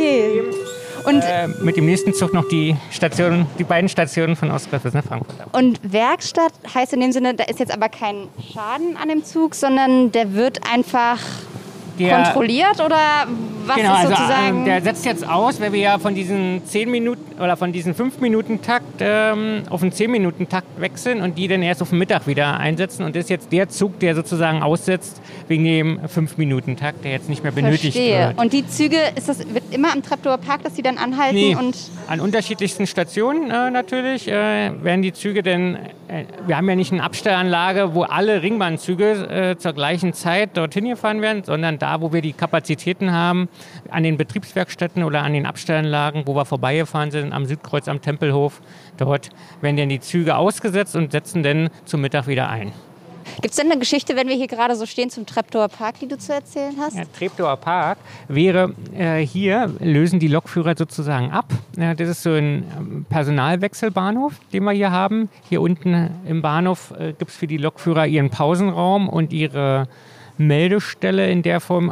mit dem nächsten Zug noch die beiden Stationen von Oskar bis nach Frankfurt ab. Und Werkstatt heißt in dem Sinne, da ist jetzt aber kein Schaden an dem Zug, sondern der wird einfach kontrolliert oder was ist sozusagen? Also, der setzt jetzt aus, weil wir ja von diesen 10 Minuten oder von diesen 5-Minuten-Takt auf einen 10-Minuten-Takt wechseln und die dann erst auf den Mittag wieder einsetzen. Und das ist jetzt der Zug, der sozusagen aussetzt wegen dem 5-Minuten-Takt, der jetzt nicht mehr benötigt wird. Und die Züge, wird immer am Treptower Park, dass die dann anhalten? Nee, an unterschiedlichsten Stationen natürlich werden die Züge dann wir haben ja nicht eine Abstellanlage, wo alle Ringbahnzüge zur gleichen Zeit dorthin gefahren werden, sondern da, wo wir die Kapazitäten haben, an den Betriebswerkstätten oder an den Abstellanlagen, wo wir vorbeigefahren sind, am Südkreuz, am Tempelhof. Dort werden dann die Züge ausgesetzt und setzen dann zum Mittag wieder ein. Gibt es denn eine Geschichte, wenn wir hier gerade so stehen, zum Treptower Park, die du zu erzählen hast? Ja, Treptower Park wäre, hier lösen die Lokführer sozusagen ab. Ja, das ist so ein Personalwechselbahnhof, den wir hier haben. Hier unten im Bahnhof gibt es für die Lokführer ihren Pausenraum und ihre Meldestelle in der Form,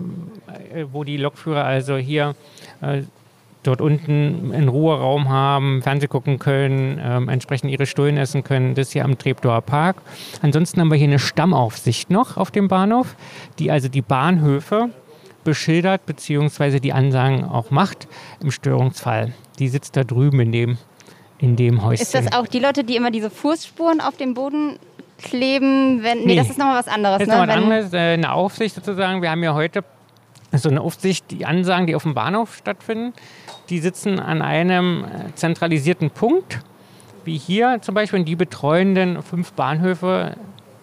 wo die Lokführer also hier dort unten einen Ruheraum haben, Fernsehen gucken können, entsprechend ihre Stullen essen können. Das hier am Treptower Park. Ansonsten haben wir hier eine Stammaufsicht noch auf dem Bahnhof, die also die Bahnhöfe beschildert bzw. die Ansagen auch macht im Störungsfall. Die sitzt da drüben in dem Häuschen. Ist das auch die Leute, die immer diese Fußspuren auf dem Boden kleben? Nee, das ist nochmal was anderes. Das ist nochmal was anderes, eine Aufsicht sozusagen. Wir haben ja heute so eine Aufsicht, die Ansagen, die auf dem Bahnhof stattfinden, die sitzen an einem zentralisierten Punkt, wie hier zum Beispiel, und die betreuen dann 5 Bahnhöfe,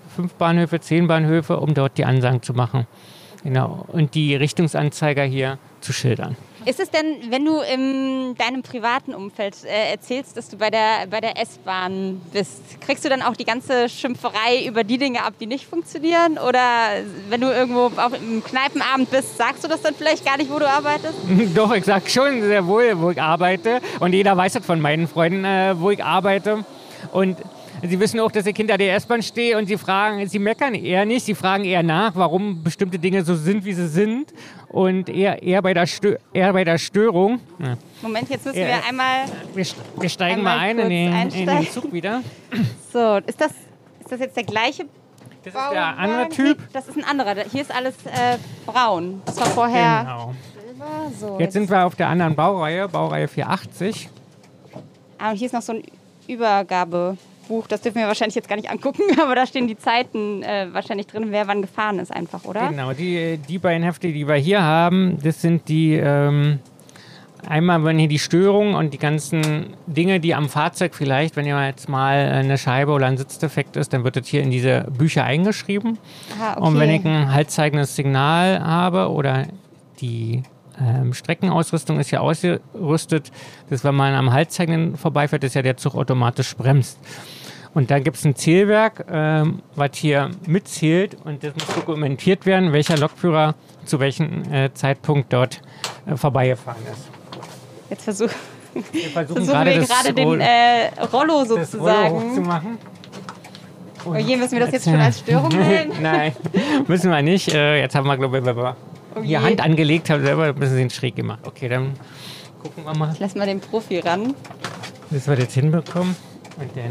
10 Bahnhöfe, um dort die Ansagen zu machen. Genau. Und die Richtungsanzeiger hier zu schildern. Ist es denn, wenn du in deinem privaten Umfeld erzählst, dass du bei der S-Bahn bist, kriegst du dann auch die ganze Schimpferei über die Dinge ab, die nicht funktionieren? Oder wenn du irgendwo auf einem Kneipenabend bist, sagst du das dann vielleicht gar nicht, wo du arbeitest? Doch, ich sag schon sehr wohl, wo ich arbeite. Und jeder weiß das von meinen Freunden, wo ich arbeite. Und sie wissen auch, dass ich hinter der S-Bahn stehe und sie meckern eher nicht, sie fragen eher nach, warum bestimmte Dinge so sind, wie sie sind. Und eher bei der Störung. Ja. Moment, jetzt müssen wir einmal... Wir steigen mal ein in den Zug wieder. So, ist das jetzt der gleiche Das ist der andere Typ. Das ist ein anderer. Hier ist alles braun. Das war vorher Genau. Silber. So, jetzt sind wir auf der anderen Baureihe 480. Ah, und hier ist noch so ein Übergabebuch. Das dürfen wir wahrscheinlich jetzt gar nicht angucken, aber da stehen die Zeiten wahrscheinlich drin, wer wann gefahren ist einfach, oder? Genau, die beiden Hefte, die wir hier haben, das sind die, einmal wenn hier die Störungen und die ganzen Dinge, die am Fahrzeug vielleicht, wenn jetzt mal eine Scheibe oder ein Sitzdefekt ist, dann wird das hier in diese Bücher eingeschrieben. Aha, okay. Und wenn ich ein haltzeigendes Signal habe oder die Streckenausrüstung ist ja ausgerüstet, dass wenn man am Haltzeigenden vorbeifährt, ist ja der Zug automatisch bremst. Und da gibt es ein Zählwerk, was hier mitzählt und das muss dokumentiert werden, welcher Lokführer zu welchem Zeitpunkt dort vorbeigefahren ist. Jetzt versuchen wir gerade den Rollo sozusagen Rollo hochzumachen. Oh je, müssen wir das jetzt schon als Störung melden? Nein, müssen wir nicht. Jetzt haben wir, glaube ich, die Hand angelegt haben, selber ein bisschen schräg gemacht. Okay, dann gucken wir mal. Ich lass mal den Profi ran. Dass wir das hinbekommen. Und dann.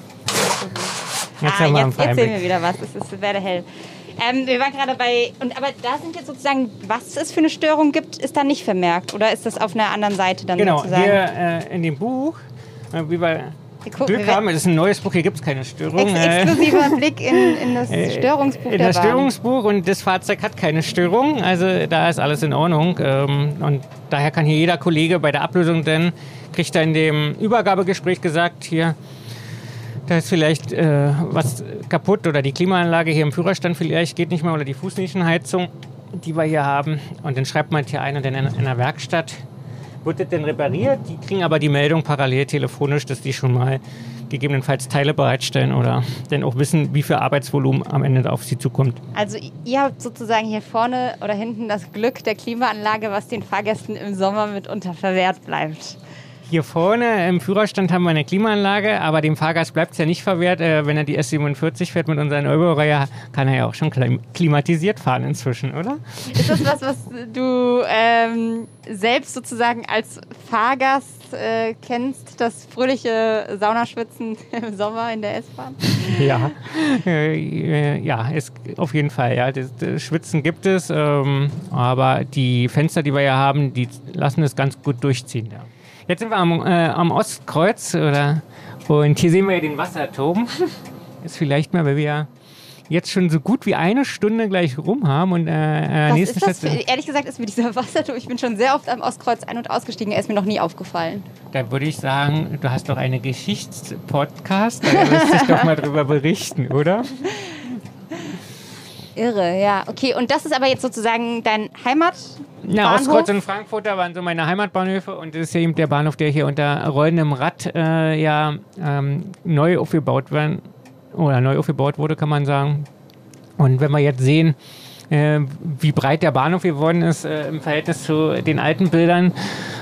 Jetzt sehen wir wieder was. Es werde hell. Wir waren gerade bei. Aber da sind jetzt sozusagen, was es für eine Störung gibt, ist da nicht vermerkt. Oder ist das auf einer anderen Seite dann sozusagen? Genau, hier in dem Buch, wie wir Glück haben, es ist ein neues Buch, hier gibt es keine Störung. Exklusiver Blick in das Störungsbuch in das Störungsbuch, und das Fahrzeug hat keine Störung, also da ist alles in Ordnung. Und daher kann hier jeder Kollege bei der Ablösung dann, kriegt er in dem Übergabegespräch gesagt, hier, da ist vielleicht was kaputt oder die Klimaanlage hier im Führerstand vielleicht geht nicht mehr oder die Fußnischenheizung, die wir hier haben. Und dann schreibt man hier ein und dann in der Werkstatt wird das denn repariert. Die kriegen aber die Meldung parallel telefonisch, dass die schon mal gegebenenfalls Teile bereitstellen oder dann auch wissen, wie viel Arbeitsvolumen am Ende auf sie zukommt. Also ihr habt sozusagen hier vorne oder hinten das Glück der Klimaanlage, was den Fahrgästen im Sommer mitunter verwehrt bleibt. Hier vorne im Führerstand haben wir eine Klimaanlage, aber dem Fahrgast bleibt es ja nicht verwehrt. Wenn er die S47 fährt mit unserer Euro-Reihe, kann er ja auch schon klimatisiert fahren inzwischen, oder? Ist das was du selbst sozusagen als Fahrgast kennst, das fröhliche Saunaschwitzen im Sommer in der S-Bahn? Ja, ist auf jeden Fall. Ja. Das Schwitzen gibt es, aber die Fenster, die wir hier haben, die lassen es ganz gut durchziehen. Ja. Jetzt sind wir am Ostkreuz, und hier sehen wir den Wasserturm. Ist vielleicht mal, weil wir jetzt schon so gut wie eine Stunde gleich rum haben. Und ehrlich gesagt ist mir dieser Wasserturm, ich bin schon sehr oft am Ostkreuz ein- und ausgestiegen, er ist mir noch nie aufgefallen. Da würde ich sagen, du hast doch einen Geschichtspodcast, da wirst du doch mal drüber berichten, oder? Irre, ja. Okay, und das ist aber jetzt sozusagen dein Heimatbahnhof? Ostkreuz und Frankfurter waren so meine Heimatbahnhöfe und das ist ja eben der Bahnhof, der hier unter rollendem Rad neu aufgebaut wurde, kann man sagen. Und wenn wir jetzt sehen, wie breit der Bahnhof geworden ist im Verhältnis zu den alten Bildern,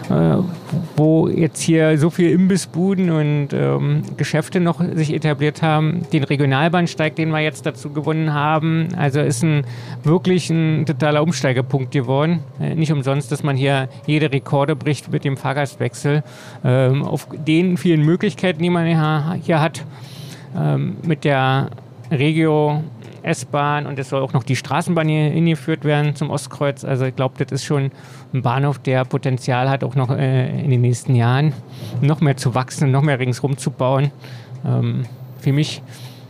wo jetzt hier so viele Imbissbuden und Geschäfte noch sich etabliert haben, den Regionalbahnsteig, den wir jetzt dazu gewonnen haben, also ist wirklich ein totaler Umsteigepunkt geworden. Nicht umsonst, dass man hier jede Rekorde bricht mit dem Fahrgastwechsel. Auf den vielen Möglichkeiten, die man hier hat, mit der Regio S-Bahn und es soll auch noch die Straßenbahn hier hingeführt werden zum Ostkreuz. Also ich glaube, das ist schon ein Bahnhof, der Potenzial hat, auch noch in den nächsten Jahren noch mehr zu wachsen und noch mehr ringsrum zu bauen. Für mich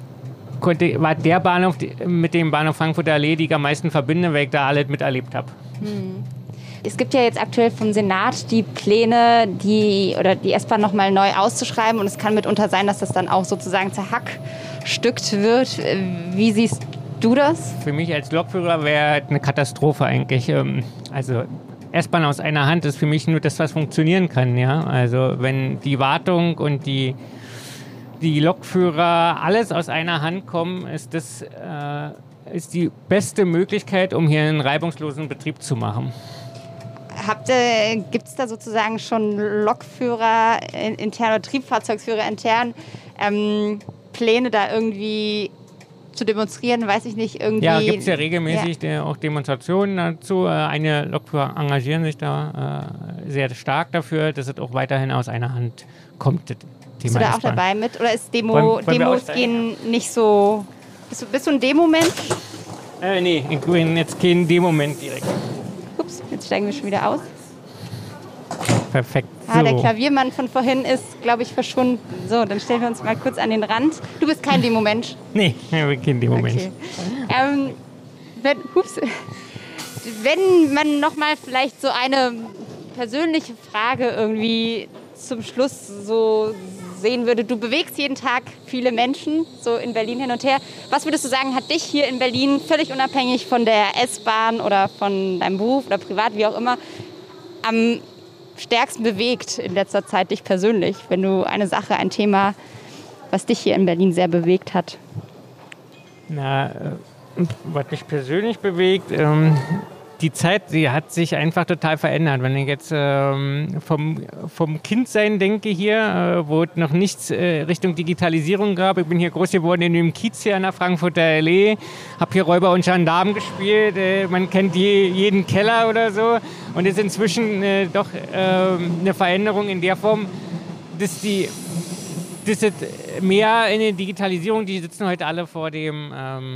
war der Bahnhof mit dem Bahnhof Frankfurter Allee, die ich am meisten verbinde, weil ich da alles miterlebt habe. Es gibt ja jetzt aktuell vom Senat die Pläne, die S-Bahn nochmal neu auszuschreiben und es kann mitunter sein, dass das dann auch sozusagen zerhackstückt wird. Wie siehst du das? Für mich als Lokführer wäre eine Katastrophe eigentlich. Also S-Bahn aus einer Hand ist für mich nur das, was funktionieren kann. Ja? Also wenn die Wartung und die Lokführer alles aus einer Hand kommen, ist das ist die beste Möglichkeit, um hier einen reibungslosen Betrieb zu machen. Gibt es da sozusagen schon Lokführer intern oder Triebfahrzeugführer intern Pläne da irgendwie zu demonstrieren, weiß ich nicht, irgendwie... Ja, gibt es ja regelmäßig auch Demonstrationen dazu. Einige Lokführer engagieren sich da sehr stark dafür, dass es auch weiterhin aus einer Hand kommt. Bist du da auch dabei mit? Oder ist Demos gehen nicht so... Bist du ein Demo-Mensch? Nee, ich bin jetzt kein Demo-Mensch direkt. Ups, jetzt steigen wir schon wieder aus. Perfekt. So. Der Klaviermann von vorhin ist, glaube ich, verschwunden. So, dann stellen wir uns mal kurz an den Rand. Du bist kein Demo-Mensch? Nee, ich bin kein Demo-Mensch. Okay. Wenn man nochmal vielleicht so eine persönliche Frage irgendwie zum Schluss so sehen würde, du bewegst jeden Tag viele Menschen so in Berlin hin und her. Was würdest du sagen, hat dich hier in Berlin völlig unabhängig von der S-Bahn oder von deinem Beruf oder privat, wie auch immer, am stärksten bewegt in letzter Zeit, dich persönlich, wenn du eine Sache, ein Thema, was dich hier in Berlin sehr bewegt hat? Was mich persönlich bewegt, die Zeit, die hat sich einfach total verändert. Wenn ich jetzt vom Kindsein denke hier, wo es noch nichts Richtung Digitalisierung gab. Ich bin hier groß geworden in dem Kiez hier an der Frankfurter Allee, habe hier Räuber und Gendarmen gespielt. Man kennt jeden Keller oder so. Und es ist inzwischen doch eine Veränderung in der Form, dass das mehr in der Digitalisierung, die sitzen heute alle vor dem...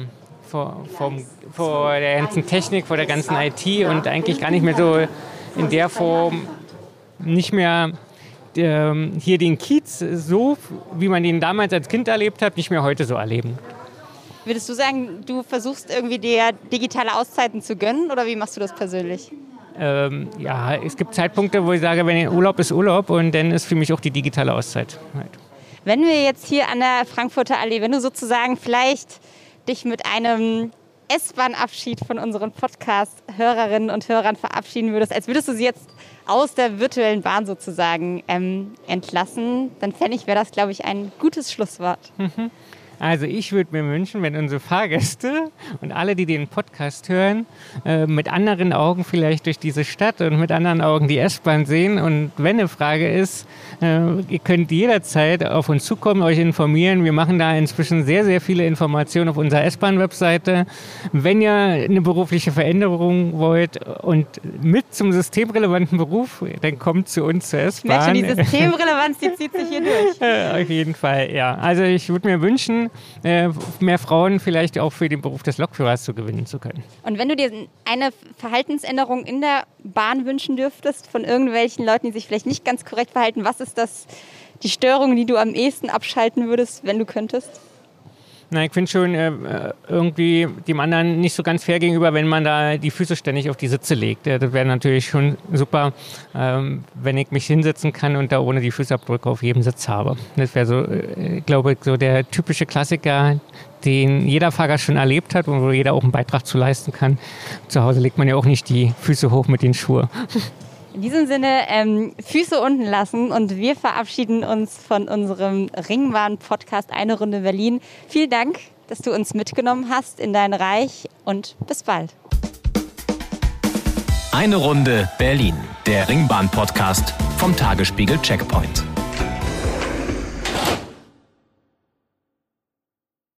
vor der ganzen Technik, vor der ganzen IT und eigentlich gar nicht mehr so in der Form, nicht mehr hier den Kiez so, wie man den damals als Kind erlebt hat, nicht mehr heute so erleben. Würdest du sagen, du versuchst irgendwie dir digitale Auszeiten zu gönnen oder wie machst du das persönlich? Ja, es gibt Zeitpunkte, wo ich sage, wenn Urlaub ist Urlaub und dann ist für mich auch die digitale Auszeit. Wenn wir jetzt hier an der Frankfurter Allee, wenn du sozusagen vielleicht dich mit einem S-Bahn-Abschied von unseren Podcast-Hörerinnen und Hörern verabschieden würdest, als würdest du sie jetzt aus der virtuellen Bahn sozusagen entlassen, dann wäre das, glaube ich, ein gutes Schlusswort. Also ich würde mir wünschen, wenn unsere Fahrgäste und alle, die den Podcast hören, mit anderen Augen vielleicht durch diese Stadt und mit anderen Augen die S-Bahn sehen. Und wenn eine Frage ist, ihr könnt jederzeit auf uns zukommen, euch informieren. Wir machen da inzwischen sehr, sehr viele Informationen auf unserer S-Bahn-Webseite. Wenn ihr eine berufliche Veränderung wollt und mit zum systemrelevanten Beruf, dann kommt zu uns zur S-Bahn. Ich merke schon, die Systemrelevanz, die zieht sich hier durch. Auf jeden Fall, ja. Also ich würde mir wünschen, mehr Frauen vielleicht auch für den Beruf des Lokführers zu gewinnen zu können. Und wenn du dir eine Verhaltensänderung in der Bahn wünschen dürftest von irgendwelchen Leuten, die sich vielleicht nicht ganz korrekt verhalten, was ist die Störung, die du am ehesten abschalten würdest, wenn du könntest? Na, ich finde schon irgendwie dem anderen nicht so ganz fair gegenüber, wenn man da die Füße ständig auf die Sitze legt. Das wäre natürlich schon super, wenn ich mich hinsetzen kann und da ohne die Fußabdrücke auf jedem Sitz habe. Das wäre so, glaube ich, so der typische Klassiker, den jeder Fahrer schon erlebt hat und wo jeder auch einen Beitrag zu leisten kann. Zu Hause legt man ja auch nicht die Füße hoch mit den Schuhen. In diesem Sinne, Füße unten lassen und wir verabschieden uns von unserem Ringbahn-Podcast Eine Runde Berlin. Vielen Dank, dass du uns mitgenommen hast in dein Reich und bis bald. Eine Runde Berlin, der Ringbahn-Podcast vom Tagesspiegel Checkpoint.